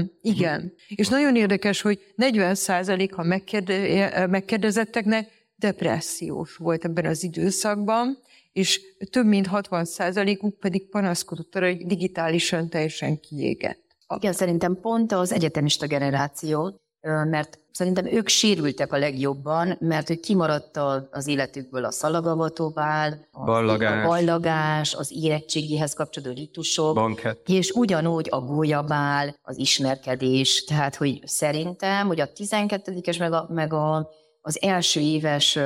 Igen. És nagyon érdekes, hogy negyven százalék a megkérde- megkérdezetteknek depressziós volt ebben az időszakban, és több mint hatvan százalékuk pedig panaszkodott arra, hogy digitálisan teljesen kiégett. Igen, szerintem pont az egyetemista generáció, mert szerintem ők sérültek a legjobban, mert hogy kimaradt az életükből a szalagavatóvál, a ballagás. a ballagás, az érettségihez kapcsolódó ritusok, bankett. És ugyanúgy a gólyabál, az ismerkedés. Tehát, hogy szerintem, hogy a tizenkettődikes meg, a, meg a, az első éves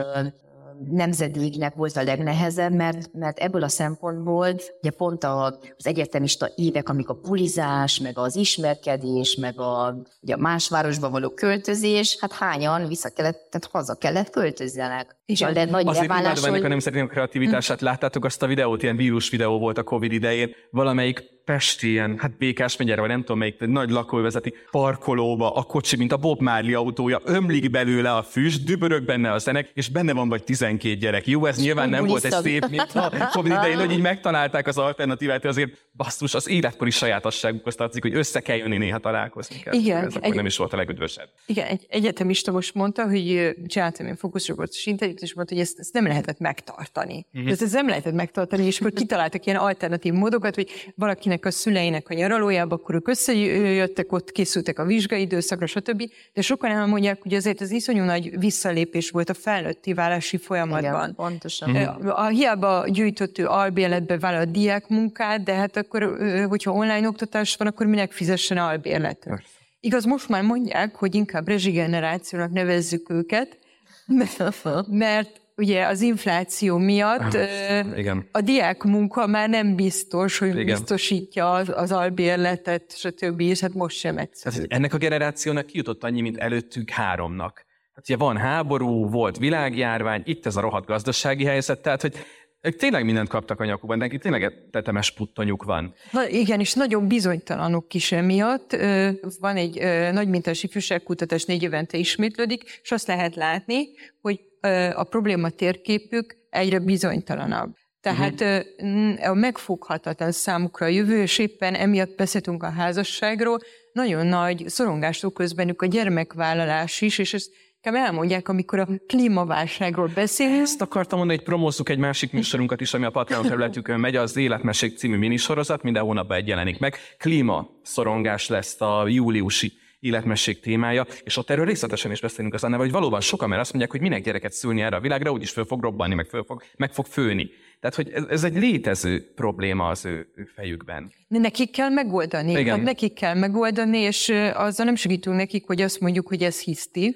nemzedéknek volt a legnehezebb, mert, mert ebből a szempontból ugye pont a, az egyetemista évek, amik a bulizás, meg az ismerkedés, meg a, ugye a más városba való költözés, hát hányan vissza kellett, tehát haza kellett költözzenek. És a nagy azért leválásról... imádom ennek a nemzeti kreativitását. Hm. Láttátok azt a videót, ilyen vírus videó volt a Covid idején, valamelyik pesti ilyen, hát Békás megyere, vagy nem tudom melyik, nagy lakóvezeti parkolóba, a kocsi, mint a Bob Marley autója, ömlik belőle a füst, dübörög benne a zenek, és benne van vagy tizenkét gyerek. Jó, ez nyilván nem volt egy szép, mint a Covid idején, hogy így megtalálták az alternatívát, azért basszus, az életkori sajátosságukhoz tartozik, hogy össze kell jönni, néha találkozni kell. Igen. Ez akkor egy, nem is volt a legüdvösebb. Igen, egy egyetemista most mondta, hogy csináltam ilyen fókuszcsoportos interjút, és mondta, hogy ezt, ezt nem lehetett megtartani. Mm-hmm. Ezt, ezt nem lehetett megtartani, és akkor kitaláltak ilyen alternatív módokat, hogy valakinek a szüleinek a nyaralójába, akkor ők összejöttek, ott készültek a vizsgai időszakra, stb. De sokan elmondják, hogy azért az iszonyú nagy visszalépés volt a felnőtti válási folyamatban. Igen, pontosan. Mm-hmm. A, a hiába gyűjtött ő albérletbe vállalt diákmunkát, de hát akkor, hogyha online oktatás van, akkor minek fizessen albérletet? Igaz, most már mondják, hogy inkább rezsigenerációnak nevezzük őket, mert, mert ugye az infláció miatt Igen. a diákmunka már nem biztos, hogy Igen. biztosítja az, az albérletet, stb. És hát most sem egyszerű. Tehát ennek a generációnak kijutott annyi, mint előttünk háromnak. Hát ugye van háború, volt világjárvány, itt ez a rohadt gazdasági helyzet, tehát hogy ők tényleg mindent kaptak a nyakukban, de neki tényleg tetemes puttonyuk van. Na, igen, és nagyon bizonytalanok is emiatt. Van egy nagy mintás ifjúságkutatás, négy évente ismétlődik, és azt lehet látni, hogy a probléma térképük egyre bizonytalanabb. Tehát uh-huh. a megfoghatatlan számukra a jövő, és éppen emiatt beszéltünk a házasságról, nagyon nagy szorongást okoz bennük a gyermekvállalás is, és ezt elmondják, amikor a klímaválságról beszélünk. Ezt akartam mondani, hogy promózzuk egy másik műsorunkat is, ami a Patreon területükön megy, az Életmesék című minisorozat, minden hónapban egy jelenik meg. Klímaszorongás lesz a júliusi Életmesék témája, és ott erről részletesen is beszélünk az Annával, hogy valóban sokan már azt mondják, hogy minek gyereket szülni erre a világra, úgyis föl fog robbanni, meg, föl fog, meg fog főni. Tehát, hogy ez, ez egy létező probléma az ő, ő fejükben. De nekik kell megoldani. Igen. Hát nekik kell megoldani, és azzal nem segítünk nekik, hogy azt mondjuk, hogy ez hiszti,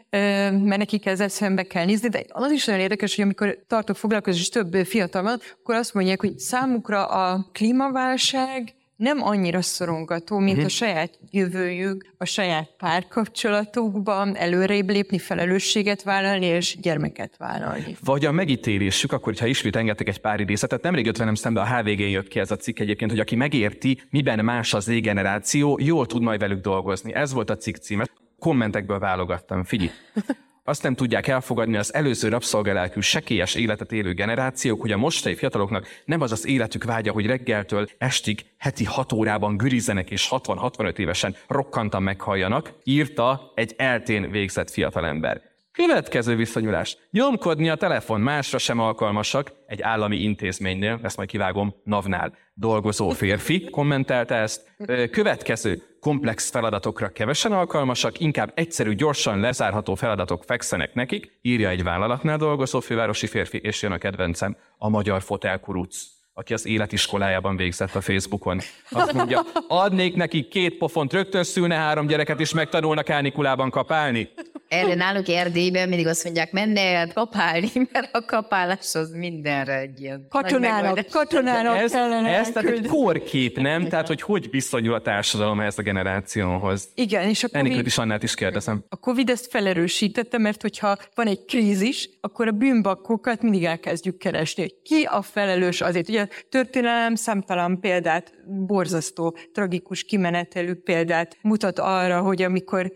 mert nekik ezzel szembe kell nézni, de az is nagyon érdekes, hogy amikor tartok foglalkozást, és több fiatal van, akkor azt mondják, hogy számukra a klímaválság nem annyira szorongató, mint uh-huh. a saját jövőjük, a saját párkapcsolatukban előrébb lépni, felelősséget vállalni és gyermeket vállalni. Vagy a megítélésük, akkor, ha ismét engedtek egy pár idézetet, nemrég jött velem szembe, a há vé gén jött ki ez a cikk egyébként, hogy aki megérti, miben más az Z-generáció, jól tud majd velük dolgozni. Ez volt a cikk címe. Kommentekből válogattam, figyelj. Azt nem tudják elfogadni az előző rabszolgalelkű, sekélyes életet élő generációk, hogy a mostani fiataloknak nem az az életük vágya, hogy reggeltől estig heti hat órában gürizzenek és hatvan-hatvanöt évesen rokkantan meghalljanak, írta egy eltén végzett fiatalember. Következő viszonyulás. Nyomkodni a telefon, másra sem alkalmasak, egy állami intézménynél, ezt majd kivágom, NAV-nál dolgozó férfi kommentelte ezt. Következő. Komplex feladatokra kevesen alkalmasak, inkább egyszerű, gyorsan lezárható feladatok fekszenek nekik, írja egy vállalatnál dolgozó fővárosi férfi, és jön a kedvencem, a magyar fotelkuruc, aki az életiskolájában végzett a Facebookon. Azt mondja, adnék nekik két pofont, rögtön szülne három gyereket, és megtanulnak kánikulában kapálni. Erre náluk Erdélyben mindig azt mondják, menne el kapálni, mert a kapálás az mindenre egy ilyen katonának, katonának ez, kellene ez tehát egy korkép, nem? Tehát, hogy hogy viszonyul a társadalom ehhez a generációhoz. Igen, és a Ennél COVID, is Annát is kérdezem. A Covid ezt felerősítette, mert hogyha van egy krízis, akkor a bűnbakkokat mindig elkezdjük keresni, hogy ki a felelős azért. Ugye a történelem számtalan példát, borzasztó, tragikus kimenetelű példát mutat arra, hogy amikor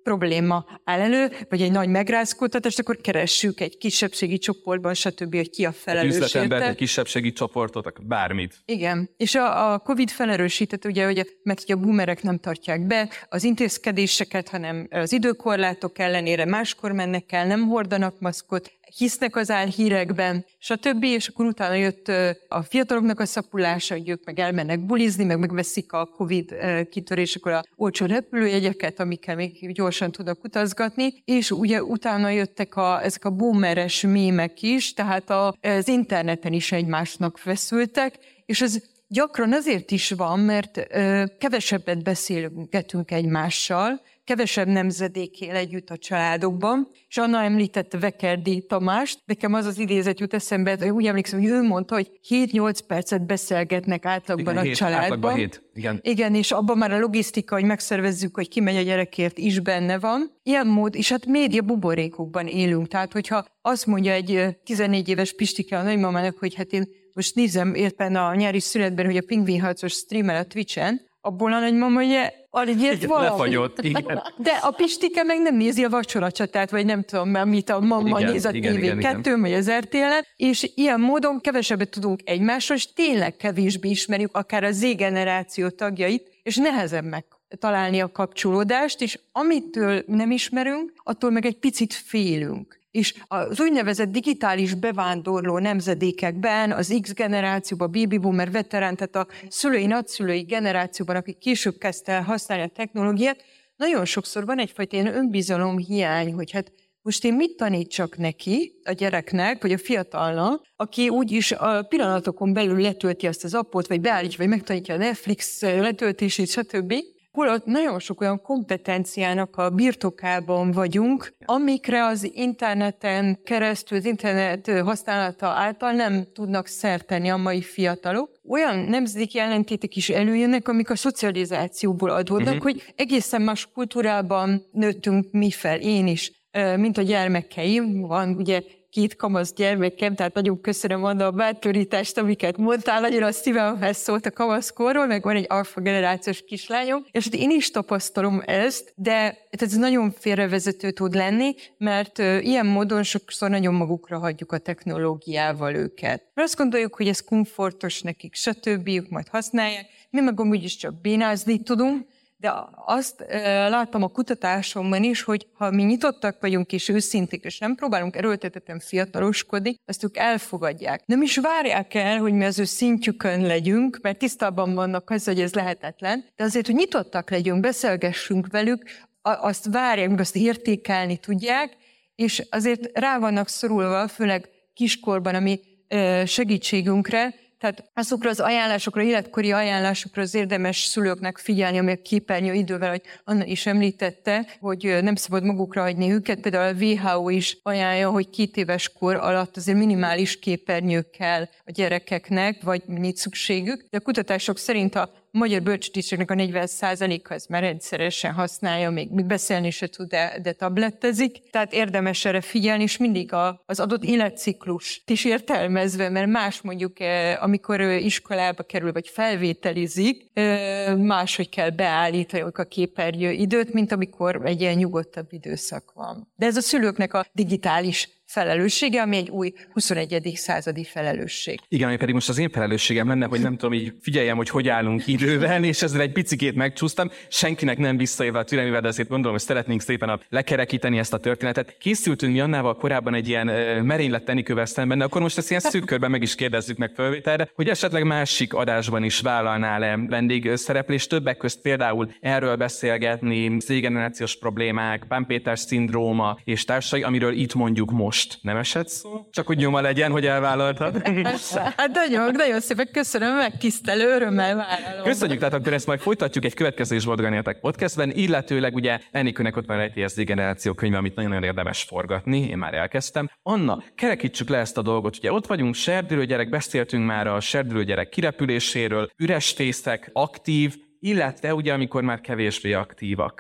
probléma áll elő, vagy egy nagy megrázkódtatást, akkor keressük egy kisebbségi csoportban, stb., hogy ki a felelős. Egy üzletembert, egy kisebbségi csoportot, bármit. Igen. És a, a Covid felerősített, ugye, hogy, mert ugye a boomerek nem tartják be az intézkedéseket, hanem az időkorlátok ellenére máskor mennek el, nem hordanak maszkot, hisznek az álhírekben, stb. És akkor utána jött a fiataloknak a szapulása, hogy ők meg elmennek bulizni, meg megveszik a Covid kitörésekor a olcsó repülőjegyeket, amikkel még gyorsan tudnak utazgatni, és ugye utána jöttek a, ezek a boomeres mémek is, tehát a, az interneten is egymásnak feszültek, és ez gyakran azért is van, mert ö, kevesebbet beszélgetünk egymással, kevesebb nemzedék él együtt a családokban, és Anna említette Vekerdi Tamást, nekem az az idézet jut eszembe, úgy emlékszem, hogy ő mondta, hogy hét-nyolc percet beszélgetnek átlagban igen, a hét, családban. Átlagban hét, igen. Igen, és abban már a logisztika, hogy megszervezzük, hogy ki megy a gyerekért, is benne van. Ilyen mód, és hát média buborékokban élünk, tehát hogyha azt mondja egy tizennégy éves Pistike a nagymamának, hogy hát én most nézem éppen a nyári szünetben, hogy a pingvinharcos streamel a Twitchen, abból a nagymama, ugye, alig lefagyott, igen. De a Pistike meg nem nézi a vacsoracsatát, vagy nem tudom, mit a mama igen, néz a té vé kettőn, vagy az er té el-en, és ilyen módon kevesebbet tudunk egymásról, és tényleg kevésbé ismerjük akár a Z-generáció tagjait, és nehezebb meg találni a kapcsolódást, és amitől nem ismerünk, attól meg egy picit félünk. És az úgynevezett digitális bevándorló nemzedékekben, az X generációban, a baby boomer veterán, tehát a szülői, nagyszülői generációban, akik később kezdte el használni a technológiát, nagyon sokszor van egyfajta ilyen önbizalom hiány, hogy hát most én mit tanítsak neki, a gyereknek, vagy a fiatalnak, aki úgyis a pillanatokon belül letölti azt az appot, vagy beállítja, vagy megtanítja a Netflix letöltését, stb., holott nagyon sok olyan kompetenciának a birtokában vagyunk, amikre az interneten keresztül, az internet használata által nem tudnak szert tenni a mai fiatalok. Olyan nemzedéki ellentétek is előjönnek, amik a szocializációból adódnak, uh-huh. hogy egészen más kultúrában nőttünk mi fel, én is, mint a gyermekeim. Van ugye két kamasz gyermekem, tehát nagyon köszönöm Anna a bátorítást, amiket mondtál, nagyon a szívemhez szólt a kamaszkorról, meg van egy alfa generációs kislányom, és én is tapasztalom ezt, de ez nagyon félrevezető tud lenni, mert ilyen módon sokszor nagyon magukra hagyjuk a technológiával őket. Mert azt gondoljuk, hogy ez komfortos nekik, stb. Ők majd használják, mi meg amúgy is csak bénázni tudunk, de azt e, láttam a kutatásomban is, hogy ha mi nyitottak vagyunk és őszinték, és nem próbálunk erőltetetten fiataloskodni, azt ők elfogadják. Nem is várják el, hogy mi az ő szintjükön legyünk, mert tisztában vannak az, hogy ez lehetetlen, de azért, hogy nyitottak legyünk, beszélgessünk velük, azt várják, azt értékelni tudják, és azért rá vannak szorulva, főleg kiskorban, ami e, segítségünkre, tehát azokra az ajánlásokra, életkori ajánlásokra az érdemes szülőknek figyelni, ami a képernyő idővel, hogy Anna is említette, hogy nem szabad magukra hagyni őket. Például a vé há o is ajánlja, hogy két éves kor alatt azért minimális képernyő kell a gyerekeknek, vagy nincs szükségük. De a kutatások szerint a magyar bölcsödéseknek a negyven százaléka az már rendszeresen használja, még, még beszélni se tud, de, de tablettezik. Tehát érdemes erre figyelni, és mindig a, az adott életciklust is értelmezve, mert más mondjuk, amikor iskolába kerül, vagy felvételizik, máshogy kell beállítani a képernyő időt, mint amikor egy ilyen nyugodtabb időszak van. De ez a szülőknek a digitális felelőssége, ami egy új huszonegyedik századi felelősség. Igen, ami pedig most az én felelősségem lenne, hogy nem tudom, így figyeljem, hogy hogy állunk idővel, és ezzel egy picikét megcsúsztam. Senkinek nem visszaélve a türelmével, de azért gondolom, hogy szeretnénk szépen a lekerekíteni ezt a történetet. Készültünk mi Annával korábban egy ilyen uh, merénylet Enikővel szemben, de akkor most ezt ilyen szűk körben meg is kérdezzük meg fölvételre, hogy esetleg másik adásban is vállalnál-e vendégszereplést, többek közt például erről beszélgetni, Z-generációs problémák, Pán Péter szindróma és társai, amiről itt mondjuk most nem esett szó? Csak hogy nyoma legyen, hogy elvállaltad. Hát nagyon, nagyon szépen köszönöm, megtisztelő, örömmel vállalom. Köszönjük, tehát akkor ezt majd folytatjuk egy következő is Boldogan éltek podcastben, illetőleg ugye Enikőnek ott van egy té es Z-generáció könyve, amit nagyon érdemes forgatni, én már elkezdtem. Anna, kerekítsük le ezt a dolgot, ugye ott vagyunk, serdülőgyerek, beszéltünk már a serdülőgyerek kirepüléséről, üres fészek, aktív, illetve ugye amikor már kevésbé aktívak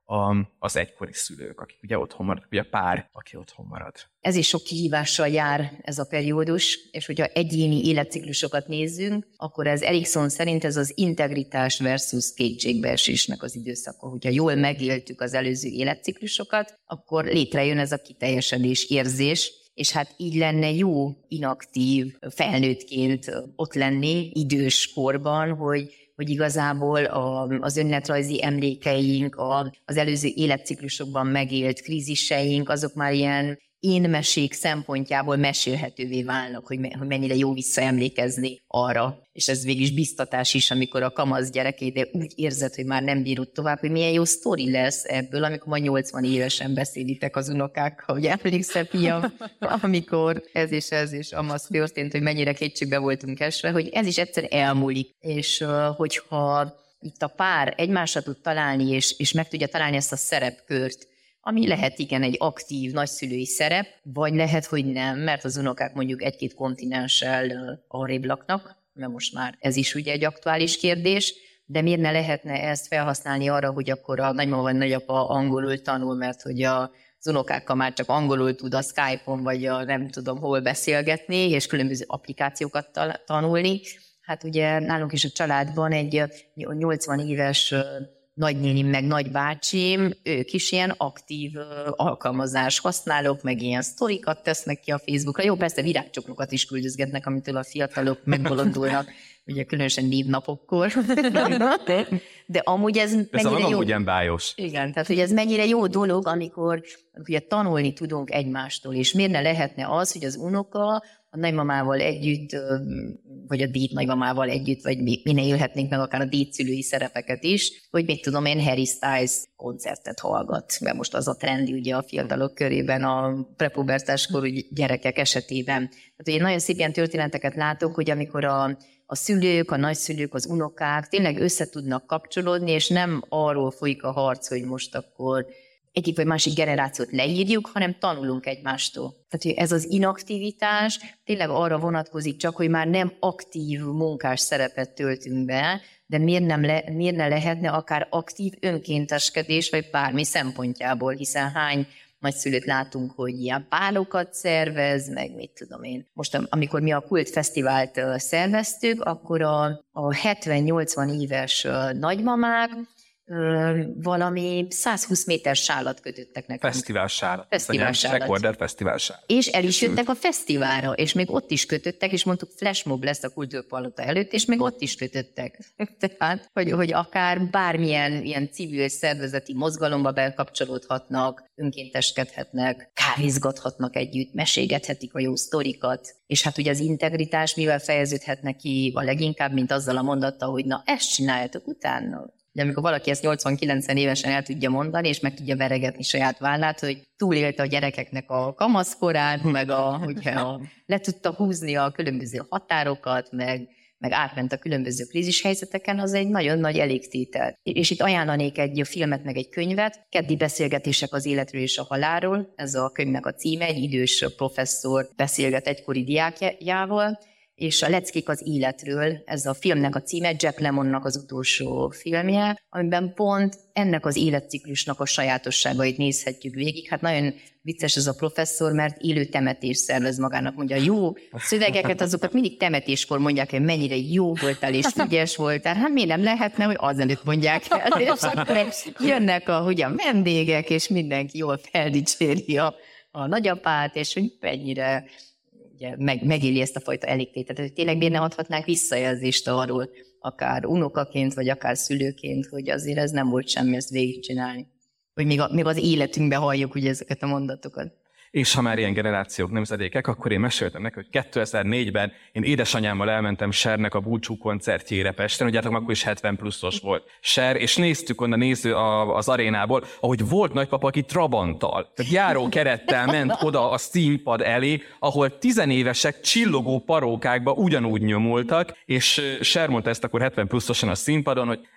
a, az egykori szülők, akik ugye otthon maradnak, ugye a pár, aki otthon marad. Ez is sok kihívással jár ez a periódus, és hogyha egyéni életciklusokat nézzünk, akkor ez Erikson szerint ez az integritás versus kétségbeesésnek az időszaka. Hogyha jól megéltük az előző életciklusokat, akkor létrejön ez a kiteljesedés érzés, és hát így lenne jó inaktív felnőttként ott lenni idős korban, hogy hogy igazából a, az önéletrajzi emlékeink, a, az előző életciklusokban megélt kríziseink, azok már ilyen énmesék szempontjából mesélhetővé válnak, hogy, me, hogy mennyire jó visszaemlékezni arra. És ez végig biztatás is, amikor a kamasz gyerekédél úgy érzed, hogy már nem bírod tovább, hogy milyen jó sztori lesz ebből, amikor ma nyolcvan évesen beszélitek az unokákkal, hogy emlékszel, fiam, amikor ez és ez és amaz történt, hogy mennyire kétségbe voltunk esve, hogy ez is egyszer elmúlik. És hogyha itt a pár egymásra tud találni, és, és meg tudja találni ezt a szerepkört, ami lehet igen egy aktív nagyszülői szerep, vagy lehet, hogy nem, mert az unokák mondjuk egy-két kontinenssel arrébb laknak, mert most már ez is ugye egy aktuális kérdés, de miért ne lehetne ezt felhasználni arra, hogy akkor a nagymama vagy nagyapa angolul tanul, mert hogy a az unokákkal már csak angolul tud a Skype-on, vagy a nem tudom hol beszélgetni, és különböző applikációkat tanulni. Hát ugye nálunk is a családban egy nyolcvan éves nagynénim meg nagybácsim, ők is ilyen aktív uh, alkalmazás használók, meg ilyen sztorikat tesznek ki a Facebookra. Jó, persze virágcsokrokat is küldözgetnek, amitől a fiatalok megbolondulnak, ugye különösen névnapokkor. de, de amúgy ez de mennyire szóval jó... ugyan bájos. Igen, tehát hogy ez mennyire jó dolog, amikor ugye tanulni tudunk egymástól, és miért ne lehetne az, hogy az unoka a nagymamával együtt, vagy a déd nagymamával együtt, vagy mi, mi ne élhetnénk meg akár a dédszülői szerepeket is, hogy mit tudom én, Harry Styles koncertet hallgat, mert most az a trendi ugye a fiatalok körében, a prepubertáskorú gyerekek esetében. Tehát ugye nagyon szép ilyen történeteket látok, hogy amikor a, a szülők, a nagyszülők, az unokák tényleg össze tudnak kapcsolódni, és nem arról folyik a harc, hogy most akkor egyik vagy másik generációt leírjuk, hanem tanulunk egymástól. Tehát, hogy ez az inaktivitás tényleg arra vonatkozik csak, hogy már nem aktív munkás szerepet töltünk be, de miért, nem le, miért ne lehetne akár aktív önkénteskedés, vagy bármi szempontjából, hiszen hány nagyszülőt látunk, hogy ilyen pálokat szervez, meg mit tudom én. Most, amikor mi a Kult Fesztivált szerveztük, akkor a, a hetven-nyolcvan éves nagymamák valami százhúsz méter sálat kötöttek nekünk. Fesztivál sálat. Fesztivál sálat. Rekorder fesztivál sálat. És el is jöttek a fesztiválra, és még ott is kötöttek, és mondtuk, flashmob lesz a Kultúrpalota előtt, és még ott is kötöttek. Tehát, hogy, hogy akár bármilyen ilyen civil szervezeti mozgalomba bekapcsolódhatnak, önkénteskedhetnek, kávézgathatnak együtt, meségethetik a jó sztorikat, és hát ugye az integritás mivel fejeződhetne ki a leginkább, mint azzal a mondattal, hogy na, ezt csináljátok utána. De amikor valaki ezt nyolcvan-kilencven évesen el tudja mondani, és meg tudja veregetni saját vállát, hogy túlélte a gyerekeknek a kamaszkorát, meg a, hogyha le tudta húzni a különböző határokat, meg, meg átment a különböző krízishelyzeteken, az egy nagyon nagy elégtétel. És itt ajánlanék egy filmet, meg egy könyvet, Keddi beszélgetések az életről és a halálról, ez a könyvnek a címe, egy idős professzor beszélget egykori diákjával, és a Leckék az életről, ez a filmnek a címe, Jack Lemonnak az utolsó filmje, amiben pont ennek az életciklusnak a sajátosságait nézhetjük végig. Hát nagyon vicces ez a professzor, mert élő temetés szervez magának, mondja, jó szövegeket, azokat mindig temetéskor mondják, hogy mennyire jó voltál és ügyes voltál. Hát miért nem lehetne, hogy azelőtt mondják el, és akkor jönnek a, ugye, a vendégek, és mindenki jól feldicséri a, a nagyapát, és hogy mennyire ugye, meg, megéli ezt a fajta elégtétet, hogy tényleg miért ne adhatnánk visszajelzést arról, akár unokaként, vagy akár szülőként, hogy azért ez nem volt semmi ezt végigcsinálni. Hogy még, a, még az életünkben halljuk ugye ezeket a mondatokat. És ha már ilyen generációk, nemzedékek, akkor én meséltem neki, hogy kétezer-négyben én édesanyámmal elmentem Chernek a búcsú koncertjére Pesten, ugye hát akkor is hetven pluszos volt Cher, és néztük onnan néző az arénából, ahogy volt nagypapa, aki Trabanttal, tehát járókerettel ment oda a színpad elé, ahol tizenévesek csillogó parókákba ugyanúgy nyomultak, és Cher mondta ezt akkor hetven pluszosan a színpadon, hogy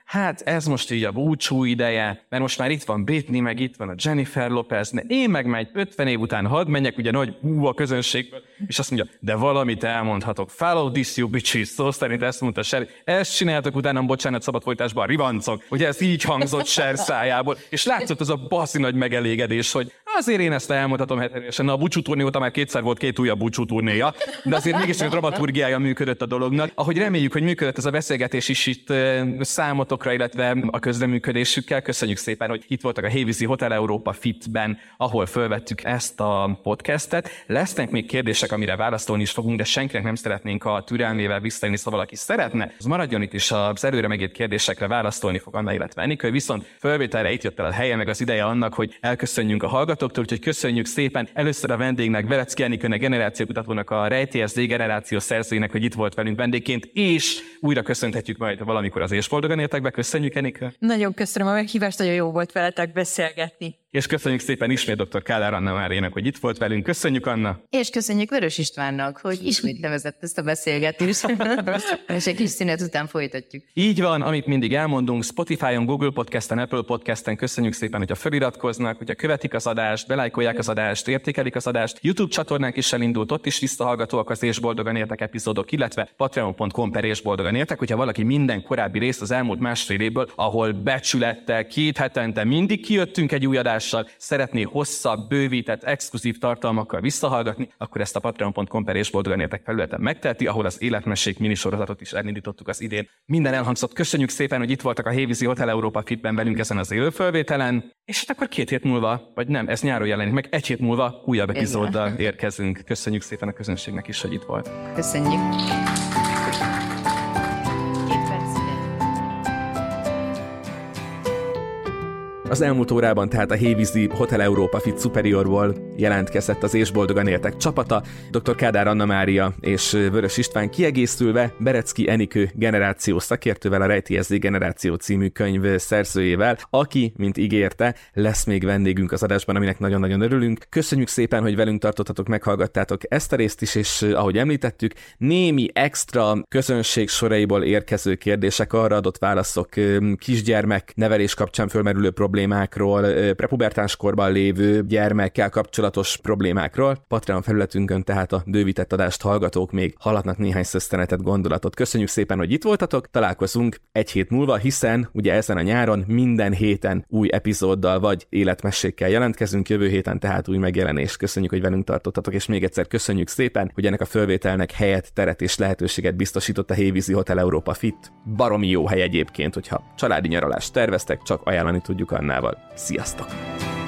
hát ez most így a búcsú ideje, mert most már itt van Britney, meg itt van a Jennifer Lopez, ne, én meg majd ötven év után hadd menjek, ugye nagy hú a közönségből, és azt mondja, de valamit elmondhatok, follow this you bitches, szó szerint ezt mondta Sher, ezt csináltak utána, bocsánat, szabadfolytásban, rivancok, ugye ez így hangzott Sher szájából, és látszott az a baszi nagy megelégedés, hogy azért én ezt elmondhatom heterésen, na a búcsúturné óta már kétszer volt két újabb búcsúturnéja, de azért mégis a dramaturgiája működött a dolognak. Ahogy reméljük, hogy működött ez a beszélgetés is itt számotokra, illetve a közreműködésükkel. Köszönjük szépen, hogy itt voltak a Hévízi Hotel Európa Fitben, ahol fölvettük ezt a podcastet. Lesznek még kérdések, amire válaszolni is fogunk, de senkinek nem szeretnénk a türelmével visszajönni, szóval aki szeretne, az maradjon itt is az előre megírt kérdésekre válaszolni fog Anna, illetve Enikő, viszont fölvételre itt jött el a helye, meg az ideje annak, hogy elköszönjünk a hallgatóktól, úgyhogy köszönjük szépen először a vendégnek, Verecki Enikőnek, generációkutatónak, a Rejtélyes generáció szerzőjének, hogy itt volt velünk vendégként, és újra köszönhetjük majd valamikor az És boldogan éltek be. Köszönjük, Enikő. Nagyon köszönöm a meghívást, nagyon jó volt veletek beszélgetni. És köszönjük szépen ismét dr. Kádár Anna Máriának, hogy itt volt velünk. Köszönjük, Anna. És köszönjük Vörös Istvánnak, hogy ismét nevezett ezt a beszélgetést. És egy kis szünet után folytatjuk. Így van, amit mindig elmondunk, Spotify-on, Google Podcasten, Apple Podcasten köszönjük szépen, hogyha feliratkoznak, hogyha követik az adást, belájkolják az adást, értékelik az adást. YouTube csatornánk is elindult, ott is visszahallgatóak az És boldogan éltek epizódok, illetve patreon pont com per És boldogan éltek, hogyha valaki minden korábbi részt az elmúlt másfél évből, ahol becsülettel, két hetente mindig kijöttünk egy új adással, szeretné hosszabb, bővített, exkluzív tartalmakkal visszahallgatni, akkor ezt a patreon pont com per És boldogan éltek felületen megteheti, ahol az életmesék minisorozatot is elindítottuk az idén. Minden elhangzott. Köszönjük szépen, hogy itt voltak a Hévízi Hotel Európa Fitben velünk ezen az élőfölvételen, és hát akkor két hét múlva, vagy nem, ez nyáron jelenik meg, egy hét múlva újabb epizóddal érkezünk. Köszönjük szépen a közönségnek is, hogy itt volt. Köszönjük. Az elmúlt órában tehát a Hévízi Hotel Európa Fit Superiorból jelentkezett az És boldogan éltek csapata, dr. Kádár Anna Mária és Vörös István kiegészülve Berecki Enikő generáció szakértővel, a Rejtélyes generáció című könyv szerzőjével, aki, mint ígérte, lesz még vendégünk az adásban, aminek nagyon-nagyon örülünk. Köszönjük szépen, hogy velünk tartottatok, meghallgattátok ezt a részt is, és ahogy említettük, némi extra közönség soraiból érkező kérdések, arra adott válaszok, kisgyermek nevelés kapcsán fölmerülő problémák, problémákról, prepubertáns korban lévő gyermekkel kapcsolatos problémákról. Patreon felületünkön tehát a bővített adást hallgatók még hallhatnak néhány szösztenetet, gondolatot. Köszönjük szépen, hogy itt voltatok, találkozunk egy hét múlva, hiszen ugye ezen a nyáron minden héten új epizóddal vagy életmesékkel jelentkezünk, jövő héten tehát új megjelenés. Köszönjük, hogy velünk tartottatok, és még egyszer köszönjük szépen, hogy ennek a fölvételnek helyet, teret és lehetőséget biztosított a Hévízi Hotel Európa Fit. Baromi jó hely egyébként, hogyha családi nyaralást terveztek, csak ajánlani tudjuk Annával. Sziasztok!